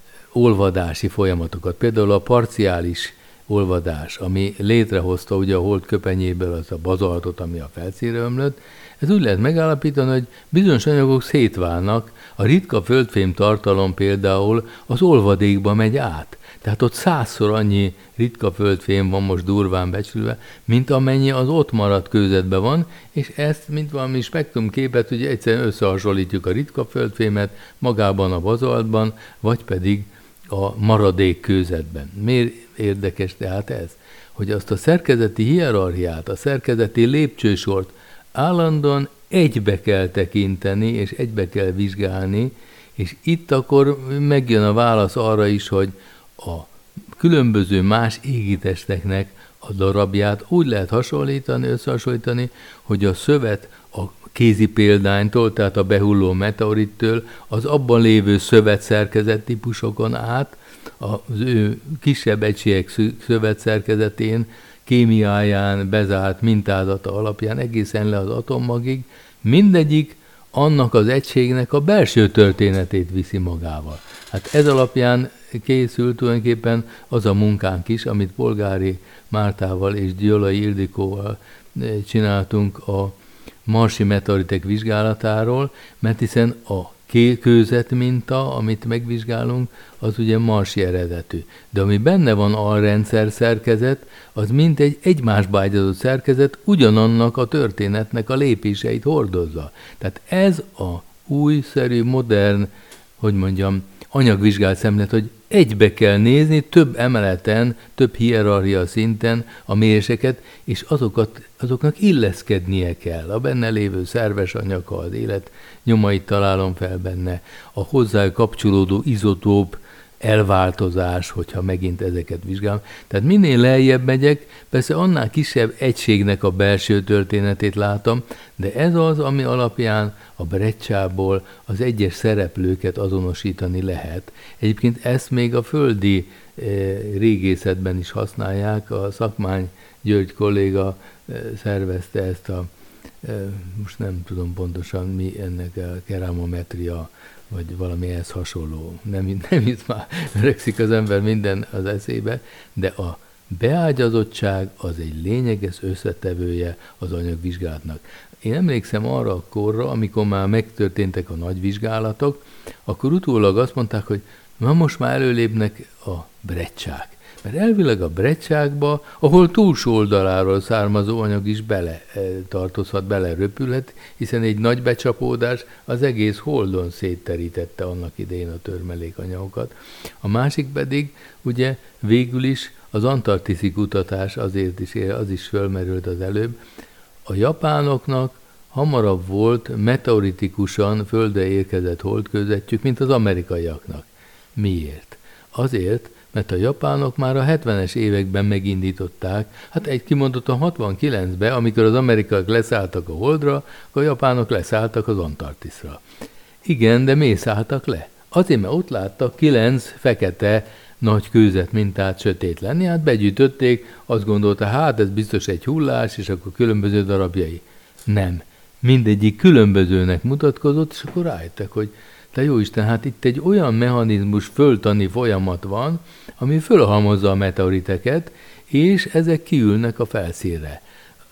olvadási folyamatokat. Például a parciális olvadás, ami létrehozta ugye a Hold köpenyéből az a bazaltot, ami a felszínre ömlött, ez úgy lehet megállapítani, hogy bizonyos anyagok szétválnak, a ritka földfém tartalom például az olvadékba megy át. Tehát ott százszor annyi ritka földfém van most durván becsülve, mint amennyi az ott maradt kőzetben van, és ezt, mint valami spektrumképet, ugye egyszerűen összehasonlítjuk a ritka földfémet magában a bazaltban, vagy pedig a maradék kőzetben. Miért érdekes tehát ez? Hogy azt a szerkezeti hierarchiát, a szerkezeti lépcsősort állandóan egybe kell tekinteni, és egybe kell vizsgálni, és itt akkor megjön a válasz arra is, hogy a különböző más égitesteknek a darabját úgy lehet hasonlítani, összehasonlítani, hogy a szövet a kézi példánytól, tehát a behulló meteorittől, az abban lévő szövetszerkezet-típusokon át, az ő kisebb egységek szövetszerkezetén, kémiáján, bezárt mintázata alapján egészen le az atommagig, mindegyik annak az egységnek a belső történetét viszi magával. Hát ez alapján készült tulajdonképpen az a munkánk is, amit Polgári Mártával és Gyulai Ildikóval csináltunk a marsi meteoritek vizsgálatáról, mert hiszen a kőzet minta, amit megvizsgálunk, az ugye marsi eredetű. De ami benne van alrendszer szerkezet, az mint egy egymásba ágyazott szerkezet ugyanannak a történetnek a lépéseit hordozza. Tehát ez a újszerű, modern, hogy mondjam, anyagvizsgált szemlélet, hogy egybe kell nézni több emeleten, több hierarchia szinten a méréseket, és azokat, azoknak illeszkednie kell. A benne lévő szerves anyag, ha az élet nyomait találom fel benne, a hozzá kapcsolódó izotóp elváltozás, hogyha megint ezeket vizsgálom. Tehát minél lejjebb megyek, persze annál kisebb egységnek a belső történetét látom, de ez az, ami alapján a brecsából az egyes szereplőket azonosítani lehet. Egyébként ezt még a földi e, régészetben is használják, a Szakmány György kolléga e, szervezte ezt a, e, most nem tudom pontosan mi ennek a keramometria, vagy valami ehhez hasonló. Nem, nem itt már öregszik az ember minden az eszébe, de a beágyazottság az egy lényeges összetevője az anyagvizsgálatnak. én emlékszem arra a korra, amikor már megtörténtek a nagy vizsgálatok, akkor utólag azt mondták, hogy na most már előlépnek a breccsák. Mert elvileg a brecsákba, ahol túlsó oldaláról származó anyag is bele tartozhat, bele röpülhet, hiszen egy nagy becsapódás az egész holdon szétterítette annak idején a törmelékanyagokat. A másik pedig, ugye végül is az antarktiszi kutatás, azért is, az is fölmerült az előbb, a japánoknak hamarabb volt meteoritikusan földre érkezett holdkőzetjük, mint az amerikaiaknak. Miért? Azért, mert a japánok már a hetvenes években megindították, hát egy kimondottan hatvankilencben, amikor az amerikaiak leszálltak a holdra, akkor a japánok leszálltak az Antarktiszra. Igen, de miért szálltak le? Azért, mert ott láttak kilenc fekete nagy kőzet mintát sötét lenni, hát begyűjtötték, azt gondolta, hát ez biztos egy hullás, és akkor különböző darabjai. Nem. Mindegyik különbözőnek mutatkozott, és akkor rájöttek, hogy te jóisten, hát itt egy olyan mechanizmus, föltani folyamat van, ami fölhalmozza a meteoriteket, és ezek kiülnek a felszínre.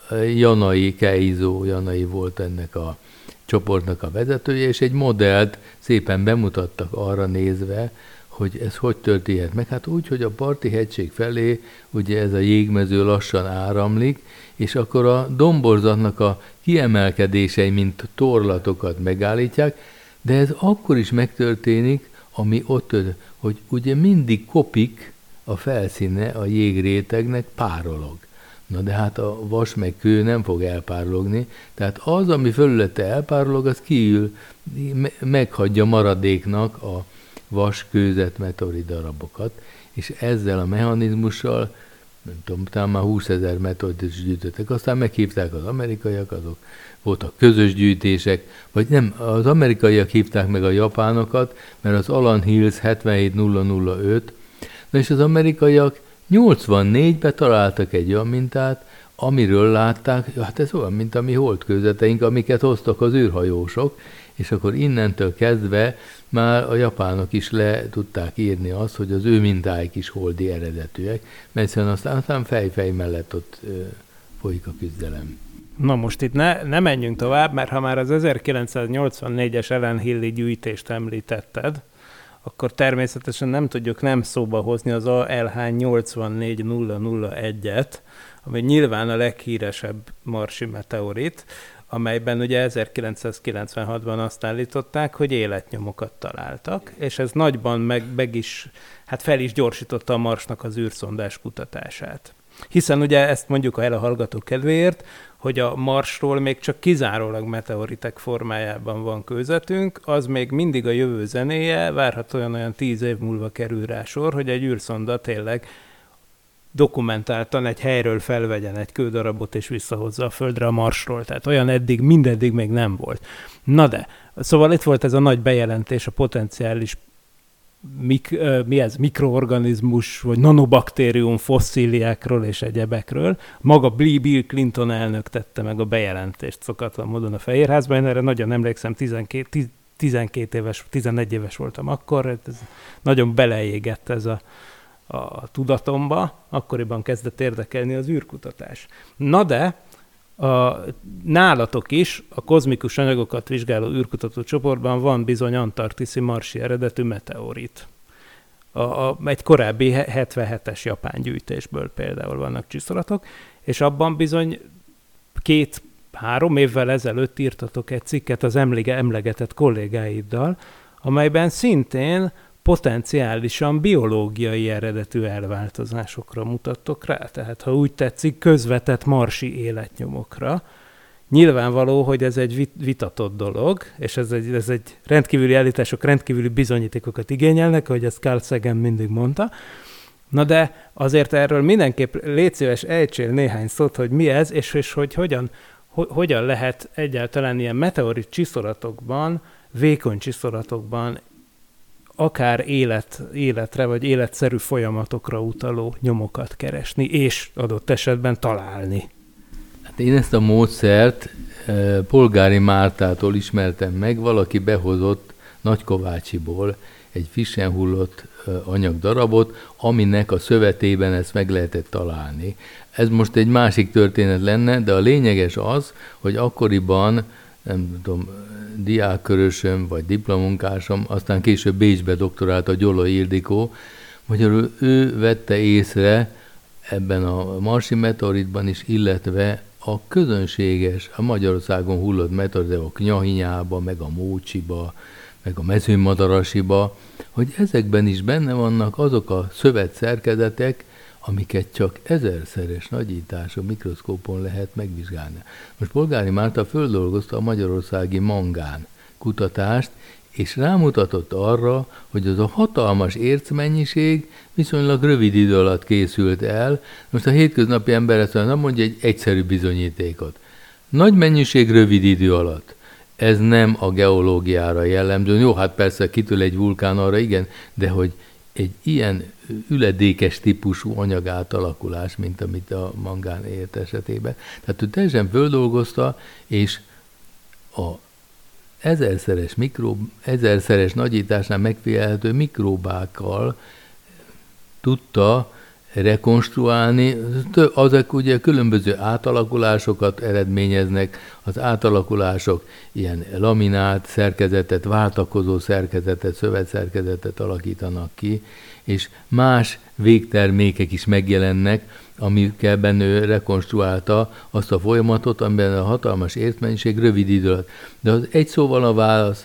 Janai, Keizó Janai volt ennek a csoportnak a vezetője, és egy modellt szépen bemutattak arra nézve, hogy ez hogy történhet meg. Hát úgy, hogy a parti hegység felé ugye ez a jégmező lassan áramlik, és akkor a domborzatnak a kiemelkedései, mint torlatokat megállítják, de ez akkor is megtörténik, ami ott, hogy ugye mindig kopik a felszíne a jégrétegnek, párolog. Na de hát a vas meg kő nem fog elpárologni, tehát az, ami fölülete elpárolog, az kiül, meghagyja maradéknak a vas, kőzet, meteorit darabokat, és ezzel a mechanizmussal, nem tudom, talán már húszezer meteoritot is gyűjtöttek, aztán meghívták az amerikaiak, azok voltak közös gyűjtések, vagy nem, az amerikaiak hívták meg a japánokat, mert az Alan Hills hetvenhét nulla nulla öt, na és az amerikaiak nyolcvannégyben találtak egy olyan mintát, amiről látták, hát ez olyan, mint a mi holdkőzeteink, amiket hoztak az űrhajósok, és akkor innentől kezdve már a japánok is le tudták írni azt, hogy az ő mintáik is holdi eredetűek, mert egyszerűen aztán, aztán fej-fej mellett ott ö, folyik a küzdelem. Na most itt ne, ne menjünk tovább, mert ha már az ezerkilencszáznyolcvannégyes Allen Hilli gyűjtést említetted, akkor természetesen nem tudjuk nem szóba hozni az á el há nyolcvannégy nulla nulla egyet, ami nyilván a leghíresebb marsi meteorit, amelyben ugye ezerkilencszázkilencvenhatban azt állították, hogy életnyomokat találtak, és ez nagyban meg, meg is, hát fel is gyorsította a Marsnak az űrszondás kutatását. Hiszen ugye ezt mondjuk el a hallgatók kedvéért, hogy a Marsról még csak kizárólag meteoritek formájában van kőzetünk, az még mindig a jövő zenéje, várhatóan olyan tíz év múlva kerül rá sor, hogy egy űrszonda tényleg dokumentáltan egy helyről felvegyen egy kődarabot és visszahozza a Földre a Marsról. Tehát olyan eddig, mindeddig még nem volt. Na de, szóval itt volt ez a nagy bejelentés a potenciális mik, mi ez, mikroorganizmus, vagy nanobaktérium fosszíliákról és egyebekről. Maga Bill Clinton elnök tette meg a bejelentést szokatlan módon a Fehérházban. Én erre nagyon emlékszem, tizenkét, tizenkét éves, tizenegy éves voltam akkor, ez nagyon beleégett ez a a tudatomba, akkoriban kezdett érdekelni az űrkutatás. Na de, a, nálatok is, a kozmikus anyagokat vizsgáló űrkutató csoportban van bizony antarktiszi marsi eredetű meteorit. A, a, egy korábbi hetvenhetes japán gyűjtésből például vannak csiszolatok, és abban bizony két-három évvel ezelőtt írtatok egy cikket az emlige emlegetett kollégáiddal, amelyben szintén potenciálisan biológiai eredetű elváltozásokra mutattok rá. Tehát, ha úgy tetszik, közvetett marsi életnyomokra. Nyilvánvaló, hogy ez egy vitatott dolog, és ez egy, ez egy rendkívüli állítások, rendkívüli bizonyítékokat igényelnek, ahogy ezt Carl Sagan mindig mondta. Na de azért erről mindenképp légy szíves, ejtsél néhány szót, hogy mi ez, és, és hogy hogyan, ho, hogyan lehet egyáltalán ilyen meteorit csiszolatokban, vékony csiszolatokban akár élet, életre vagy életszerű folyamatokra utaló nyomokat keresni, és adott esetben találni. Hát én ezt a módszert eh, Polgári Mártától ismertem meg, valaki behozott Nagykovácsiból egy frissen hullott anyagdarabot, aminek a szövetében ezt meg lehetett találni. Ez most egy másik történet lenne, de a lényeges az, hogy akkoriban, nem tudom, diákkörösöm vagy diplomunkásom, aztán később Bécsbe doktorált a Gyolo Ildikó, magyarul ő vette észre ebben a marsi meteoritban is, illetve a közönséges, a Magyarországon hullott meteorit, a Knyahinyába, meg a Mócsiba, meg a Mezőmadarasiba, hogy ezekben is benne vannak azok a szövetszerkezetek, amiket csak ezerszeres nagyítású mikroszkópon lehet megvizsgálni. Most Polgári Márta földolgozta a magyarországi mangán kutatást, és rámutatott arra, hogy az a hatalmas ércmennyiség viszonylag rövid idő alatt készült el. Most a hétköznapi ember ezt nem mondja egy egyszerű bizonyítékot. Nagy mennyiség rövid idő alatt. Ez nem a geológiára jellemző. Jó, hát persze kitől egy vulkán arra, igen, de hogy egy ilyen üledékes típusú anyag átalakulás, mint amit a mangán ért esetében. Tehát ő teljesen földolgozta, és a ezerszeres, mikrób, ezerszeres nagyításnál megfigyelhető mikróbákkal tudta rekonstruálni. Azok ugye különböző átalakulásokat eredményeznek, az átalakulások ilyen laminált szerkezetet, váltakozó szerkezetet, szövetszerkezetet alakítanak ki, és más végtermékek is megjelennek, amikkel benne ő rekonstruálta azt a folyamatot, amiben a hatalmas értmennyiség rövid idő alatt. De az egy szóval a válasz,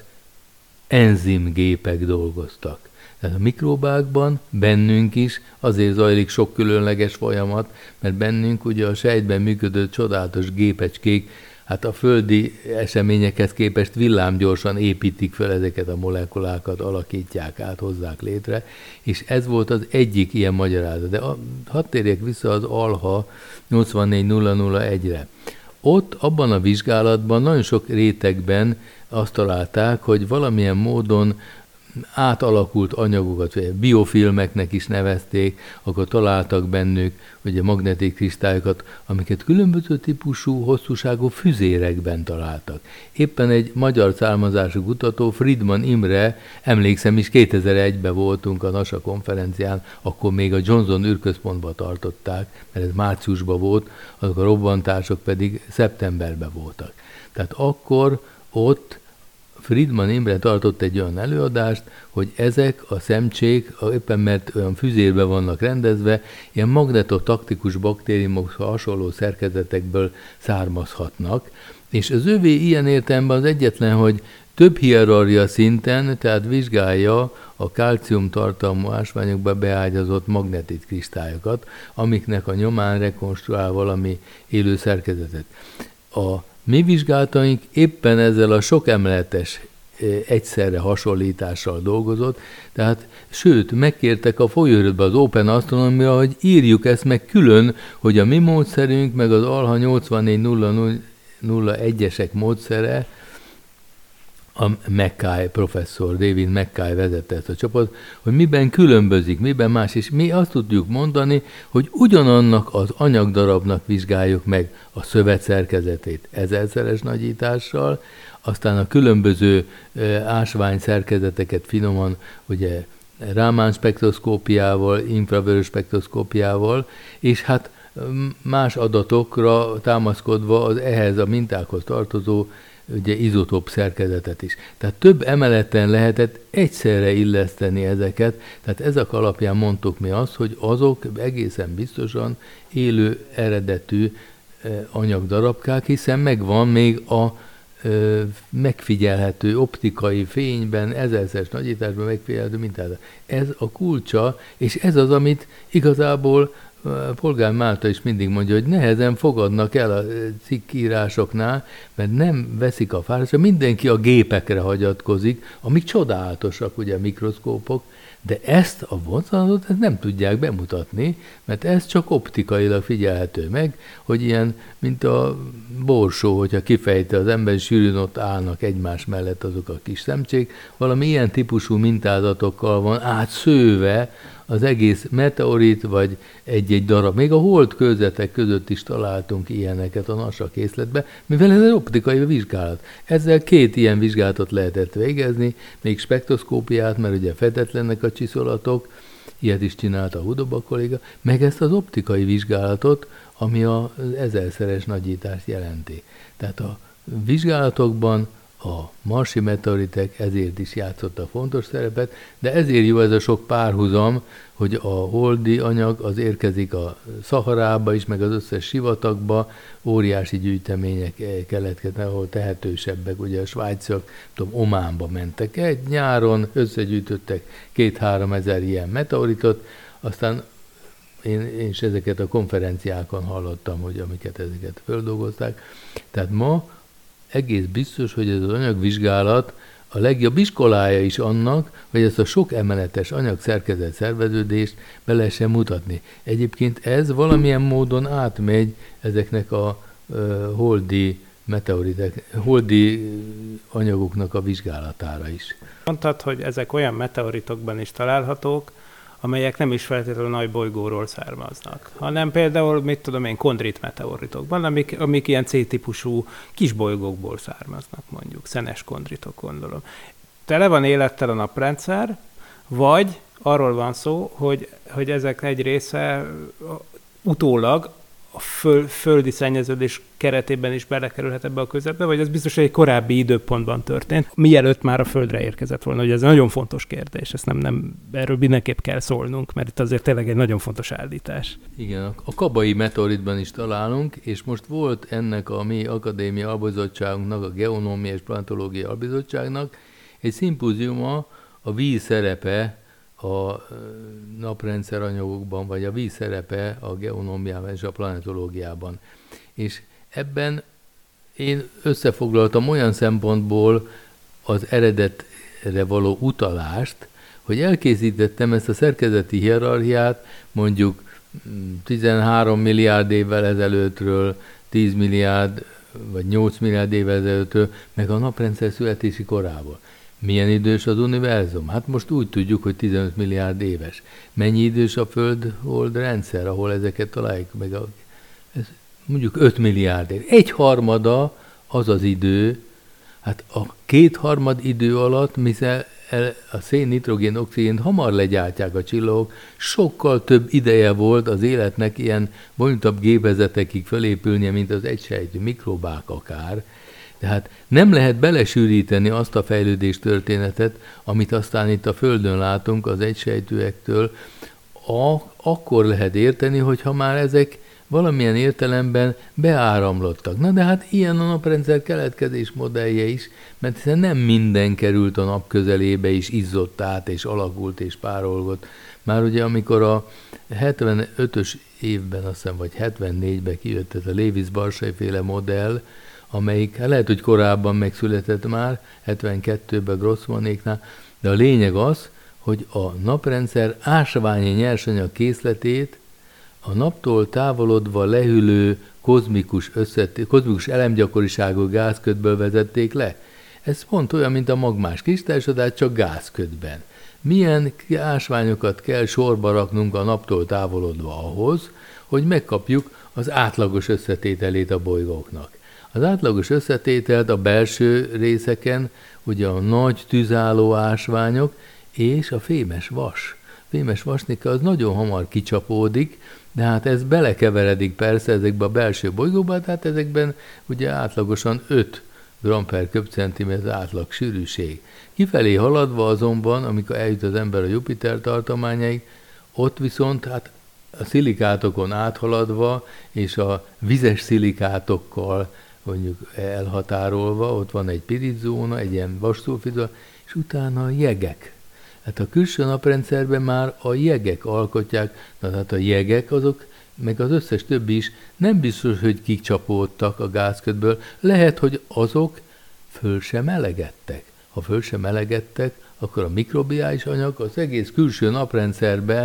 enzimgépek dolgoztak. Tehát a mikróbákban, bennünk is azért zajlik sok különleges folyamat, mert bennünk ugye a sejtben működő csodálatos gépecskék, hát a földi eseményekhez képest villámgyorsan építik fel ezeket a molekulákat, alakítják át, hozzák létre, és ez volt az egyik ilyen magyarázat. De a, hadd térjek vissza az ALHA nyolcvannégy nulla nulla egyre. Ott, abban a vizsgálatban nagyon sok rétegben azt találták, hogy valamilyen módon átalakult anyagokat, biofilmeknek is nevezték, akkor találtak bennük ugye magnetik kristályokat, amiket különböző típusú, hosszúságú füzérekben találtak. Éppen egy magyar származású kutató, Friedman Imre, emlékszem is, kétezer-egyben voltunk a NASA konferencián, akkor még a Johnson űrközpontban tartották, mert ez márciusban volt, azok a robbantások pedig szeptemberben voltak. Tehát akkor ott Friedman Imre tartott egy olyan előadást, hogy ezek a szemcsék, éppen mert olyan füzérbe vannak rendezve, ilyen magnetotaktikus baktériumokhoz hasonló szerkezetekből származhatnak, és az övé ilyen értelemben az egyetlen, hogy több hierarchia szinten, tehát vizsgálja a kálcium tartalmú ásványokba beágyazott magnetit kristályokat, amiknek a nyomán rekonstruál valami élő szerkezetet. A mi vizsgálataink éppen ezzel a sok emeletes egyszerre hasonlítással dolgozott, tehát sőt, megkértek a folyóiratba az Open Astronomia, hogy írjuk ezt meg külön, hogy a mi módszerünk, meg az ALHA nyolcvannégy nulla nulla egyesek módszere, a Mackay professzor, David Mackay vezette ezt a csapat, hogy miben különbözik, miben más, és mi azt tudjuk mondani, hogy ugyanannak az anyagdarabnak vizsgáljuk meg a szövetszerkezetét ezerszeres nagyítással, aztán a különböző ásvány szerkezeteket finoman, ugye Raman spektroszkópiával, infravörös spektroszkópiával, és hát más adatokra támaszkodva az ehhez a mintákhoz tartozó ugye izotóp szerkezetet is. Tehát több emeleten lehetett egyszerre illeszteni ezeket, tehát ezek alapján mondtuk mi azt, hogy azok egészen biztosan élő eredetű anyagdarabkák, hiszen megvan még a ö, megfigyelhető optikai fényben, ezerszeres nagyításban megfigyelhető mintázat. Ez a kulcsa, és ez az, amit igazából Polgár Márta is mindig mondja, hogy nehezen fogadnak el a cikkírásoknál, mert nem veszik a fáradtságot, mindenki a gépekre hagyatkozik, amik csodálatosak, ugye mikroszkópok, de ezt a vonzalatot ezt nem tudják bemutatni, mert ez csak optikailag figyelhető meg, hogy ilyen, mint a borsó, hogyha kifejti az ember, sűrűn ott állnak egymás mellett azok a kis szemcsék, valami ilyen típusú mintázatokkal van átszőve az egész meteorit, vagy egy-egy darab, még a hold kőzetek között is találtunk ilyeneket a NASA készletbe, mivel ez egy optikai vizsgálat. Ezzel két ilyen vizsgálatot lehetett végezni, még spektroszkópiát, mert ugye fedetlenek a csiszolatok, ilyet is csinálta a Hudoba kolléga, meg ezt az optikai vizsgálatot, ami az ezerszeres nagyítást jelenti. Tehát a vizsgálatokban a marsi meteoritek ezért is játszottak fontos szerepet, de ezért jó ez a sok párhuzam, hogy a holdi anyag az érkezik a Szaharába is, meg az összes sivatagba, óriási gyűjtemények keletkeznek, ahol tehetősebbek, ugye a svájciak, tudom, Ománba mentek egy nyáron, összegyűjtöttek két-három ezer ilyen meteoritot, aztán én, én is ezeket a konferenciákon hallottam, hogy amiket ezeket földolgozták. Tehát ma egész biztos, hogy ez az anyagvizsgálat a legjobb iskolája is annak, hogy ezt a sok emeletes anyagszerkezet szerveződést be lehessen mutatni. Egyébként ez valamilyen módon átmegy ezeknek a uh, holdi meteoritek, holdi anyagoknak a vizsgálatára is. Mondtad, hogy ezek olyan meteoritokban is találhatók, amelyek nem is feltétlenül nagy bolygóról származnak, hanem például, mit tudom én, kondrit meteoritokban, amik, amik ilyen C-típusú kis bolygókból származnak, mondjuk, szenes kondritok, gondolom. Tele van élettel a naprendszer, vagy arról van szó, hogy, hogy ezek egy része utólag a föl, földi szennyeződés keretében is belekerülhet ebbe a közepbe, vagy ez biztos, hogy egy korábbi időpontban történt, mielőtt már a Földre érkezett volna. Ugye ez egy nagyon fontos kérdés, ezt nem, nem, erről mindenképp kell szólnunk, mert itt azért tényleg egy nagyon fontos állítás. Igen, a Kabai meteoritban is találunk, és most volt ennek a mi akadémia albizottságunknak, a Geonómia és Planetológia Albizottságnak egy szimpóziuma a víz szerepe a naprendszer anyagokban, vagy a víz szerepe a geonómiában és a planetológiában. És ebben én összefoglaltam olyan szempontból az eredetre való utalást, hogy elkészítettem ezt a szerkezeti hierarchiát mondjuk tizenhárom milliárd évvel ezelőttről, tíz milliárd vagy nyolc milliárd évvel ezelőttről, meg a naprendszer születési korából. Milyen idős az univerzum? Hát most úgy tudjuk, hogy tizenöt milliárd éves. Mennyi idős a Föld-Hold rendszer, ahol ezeket találjuk meg? A, ez mondjuk öt milliárd év. Egy harmada az az idő, hát a kétharmad idő alatt, mivel a szén, nitrogén, oxigént hamar legyártják a csillagok, sokkal több ideje volt az életnek ilyen bonyolultabb gépezetekig felépülnie, mint az egysejtű mikrobák akár. Tehát nem lehet belesűríteni azt a fejlődés történetet, amit aztán itt a Földön látunk az egysejtőektől, a, akkor lehet érteni, hogyha már ezek valamilyen értelemben beáramlottak. Na de hát ilyen a naprendszer keletkezés modellje is, mert hiszen nem minden került a nap közelébe is izzott át, és alakult, és párolgott. Már ugye amikor a hetvenötös évben, azt hiszem, vagy hetvennégyben kijött ez a Lewis-Barsay-féle modell, amelyik hát lehet, hogy korábban megszületett már, hetvenkettőben Grossmanéknál, de a lényeg az, hogy a naprendszer ásványi nyersanyag készletét a naptól távolodva lehűlő kozmikus, összet, kozmikus elemgyakoriságú gázködből vezették le. Ez pont olyan, mint a magmás kristályosodás, csak gázködben. Milyen ásványokat kell sorba raknunk a naptól távolodva ahhoz, hogy megkapjuk az átlagos összetételét a bolygóknak. Az átlagos összetételt a belső részeken, ugye a nagy tüzálló ásványok és a fémes vas. Fémes vasnika az nagyon hamar kicsapódik, de hát ez belekeveredik persze ezekbe a belső bolygóba, tehát ezekben ugye átlagosan öt gram per köbcentiméter átlag sűrűség. Kifelé haladva azonban, amikor eljut az ember a Jupiter tartományaig, ott viszont hát a szilikátokon áthaladva és a vizes szilikátokkal mondjuk elhatárolva, ott van egy piritzóna, egy ilyen vasszulfizóna, és utána a jegek. Hát a külső naprendszerben már a jegek alkotják, na hát a jegek azok, meg az összes többi is nem biztos, hogy kicsapódtak a gázködből, lehet, hogy azok föl sem melegedtek. Ha föl sem melegedtek, akkor a mikrobiális anyag az egész külső naprendszerben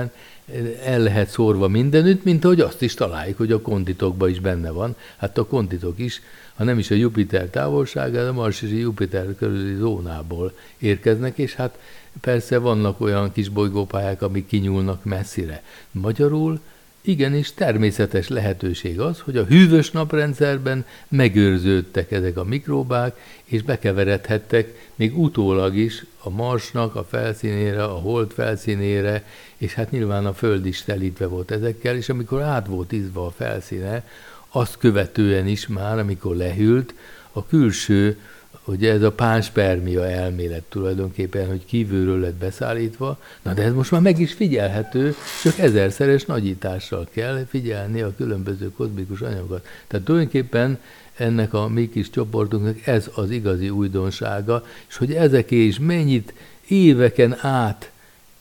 el lehet szórva mindenütt, mint ahogy azt is találjuk, hogy a konditokban is benne van. Hát a konditok is, ha nem is a Jupiter távolsága, de a Mars és a Jupiter körüli zónából érkeznek, és hát persze vannak olyan kis bolygópályák, amik kinyúlnak messzire. Magyarul igenis természetes lehetőség az, hogy a hűvös naprendszerben megőrződtek ezek a mikróbák, és bekeveredhettek még utólag is a Marsnak a felszínére, a Hold felszínére, és hát nyilván a Föld is telítve volt ezekkel, és amikor át volt izzva a felszíne, azt követően is már, amikor lehűlt, a külső, ugye ez a pánspermia elmélet tulajdonképpen, hogy kívülről lett beszállítva, na de ez most már meg is figyelhető, csak ezerszeres nagyítással kell figyelni a különböző kozmikus anyagokat. Tehát tulajdonképpen ennek a mi kis csoportunknak ez az igazi újdonsága, és hogy ezeké is mennyit éveken át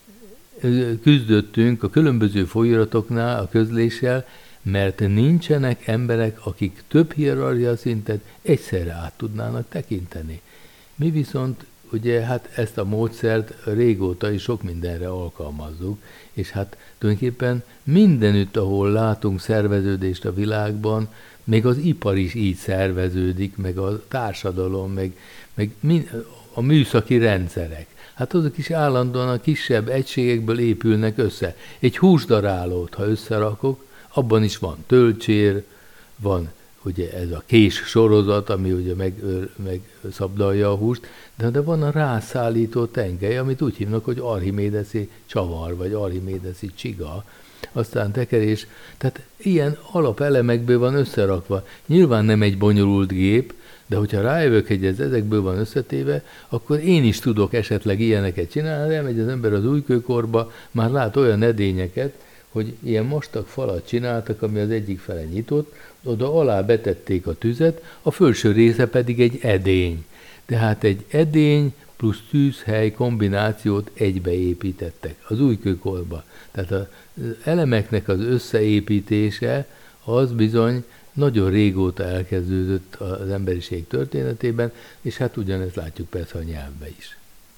küzdöttünk a különböző folyóiratoknál a közléssel, mert nincsenek emberek, akik több hierarchia szintet egyszerre át tudnának tekinteni. Mi viszont ugye hát ezt a módszert régóta is sok mindenre alkalmazzuk, és hát tulajdonképpen mindenütt, ahol látunk szerveződést a világban, még az ipar is így szerveződik, meg a társadalom, meg, meg a műszaki rendszerek. Hát azok is állandóan a kisebb egységekből épülnek össze. Egy húsdarálót, ha összerakok, abban is van tölcsér, van ugye ez a kés sorozat, ami ugye megszabdalja a húst, de, de van a rászállító tengely, amit úgy hívnak, hogy archimédeszi csavar, vagy archimédeszi csiga, aztán tekerés. Tehát ilyen alapelemekből van összerakva. Nyilván nem egy bonyolult gép, de hogyha rájövök, hogy ez ezekből van összetéve, akkor én is tudok esetleg ilyeneket csinálni, elmegy az ember az újkőkorba, már lát olyan edényeket, hogy ilyen mastag falat csináltak, ami az egyik fele nyitott, oda alá betették a tüzet, a felső része pedig egy edény. Tehát egy edény plusz tűzhely kombinációt egybeépítettek az újkőkorba. Tehát az elemeknek az összeépítése az bizony nagyon régóta elkezdődött az emberiség történetében, és hát ugyanezt látjuk persze a nyelvben is.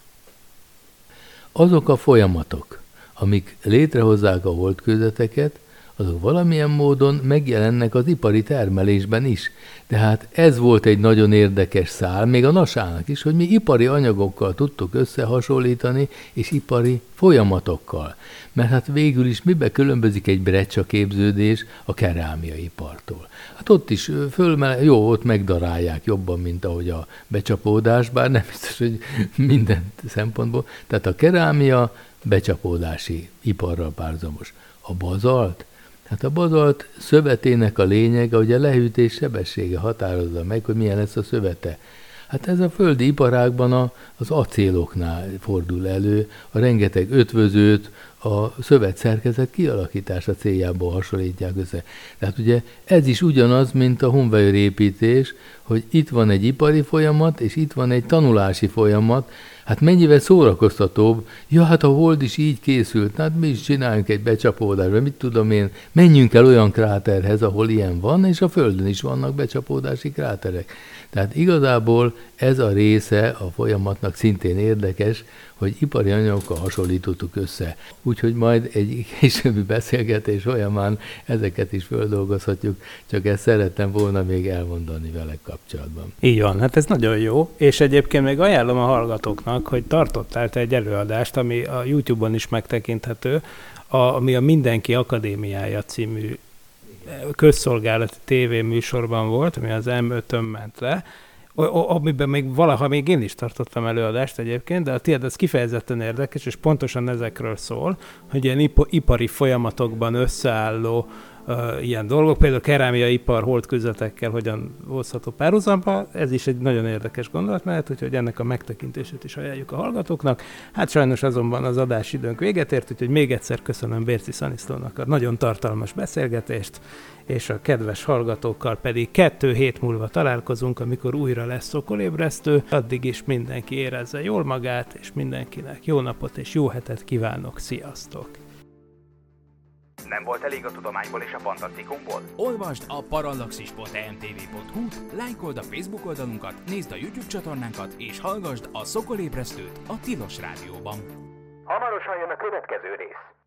Azok a folyamatok, amik létrehozzák a holdkőzeteket, azok valamilyen módon megjelennek az ipari termelésben is. Tehát ez volt egy nagyon érdekes szál, még a nasának is, hogy mi ipari anyagokkal tudtuk összehasonlítani, és ipari folyamatokkal. Mert hát végül is mibe különbözik egy breccia képződés a kerámiaipartól. Hát ott is fölmele, jó, ott megdarálják jobban, mint ahogy a becsapódás, bár nem biztos, hogy minden szempontból. Tehát a kerámia becsapódási iparral párhuzamos. A bazalt, hát a bazalt szövetének a lényege, hogy a lehűtés sebessége határozza meg, hogy milyen lesz a szövete. Hát ez a földi iparágban a, az acéloknál fordul elő, a rengeteg ötvözőt a szövetszerkezet kialakítása céljából hasonlítják össze. Tehát ugye ez is ugyanaz, mint a Hunvejör építés, hogy itt van egy ipari folyamat, és itt van egy tanulási folyamat. Hát mennyivel szórakoztatóbb, ja, hát a Hold is így készült, hát mi is csináljunk egy becsapódást, vagy mit tudom én, menjünk el olyan kráterhez, ahol ilyen van, és a Földön is vannak becsapódási kráterek. Tehát igazából ez a része a folyamatnak szintén érdekes, hogy ipari anyagokkal hasonlítottuk össze. Úgyhogy majd egy későbbi beszélgetés folyamán ezeket is földolgozhatjuk, csak ezt szerettem volna még elmondani vele kapcsolatban. Így van, hát ez nagyon jó, és egyébként még ajánlom a hallgatóknak, hogy tartottál te egy előadást, ami a YouTube-on is megtekinthető, a, ami a Mindenki Akadémiája című közszolgálati tévéműsorban volt, ami az em ötön ment le, amiben még valaha még én is tartottam előadást egyébként, de a tiéd az kifejezetten érdekes, és pontosan ezekről szól, hogy ilyen ipari folyamatokban összeálló uh, ilyen dolgok, például kerámiaipar holdkőzetekkel hogyan hozható párhuzamba, ez is egy nagyon érdekes gondolatmenet, úgyhogy ennek a megtekintését is ajánljuk a hallgatóknak. Hát sajnos azonban az adásidőnk véget ért, úgyhogy még egyszer köszönöm Bérci Szaniszlónak a nagyon tartalmas beszélgetést, és a kedves hallgatókkal pedig kettő hét múlva találkozunk, amikor újra lesz szokolébresztő. Addig is mindenki érezze jól magát, és mindenkinek jó napot és jó hetet kívánok. Sziasztok! Nem volt elég a tudományból és a fantasztikumból? Olvasd a parallaxis pont e m t v pont h u-t, lájkold a Facebook oldalunkat, nézd a YouTube csatornánkat, és hallgasd a Szokolébresztőt a Tilos Rádióban. Hamarosan jön a következő rész.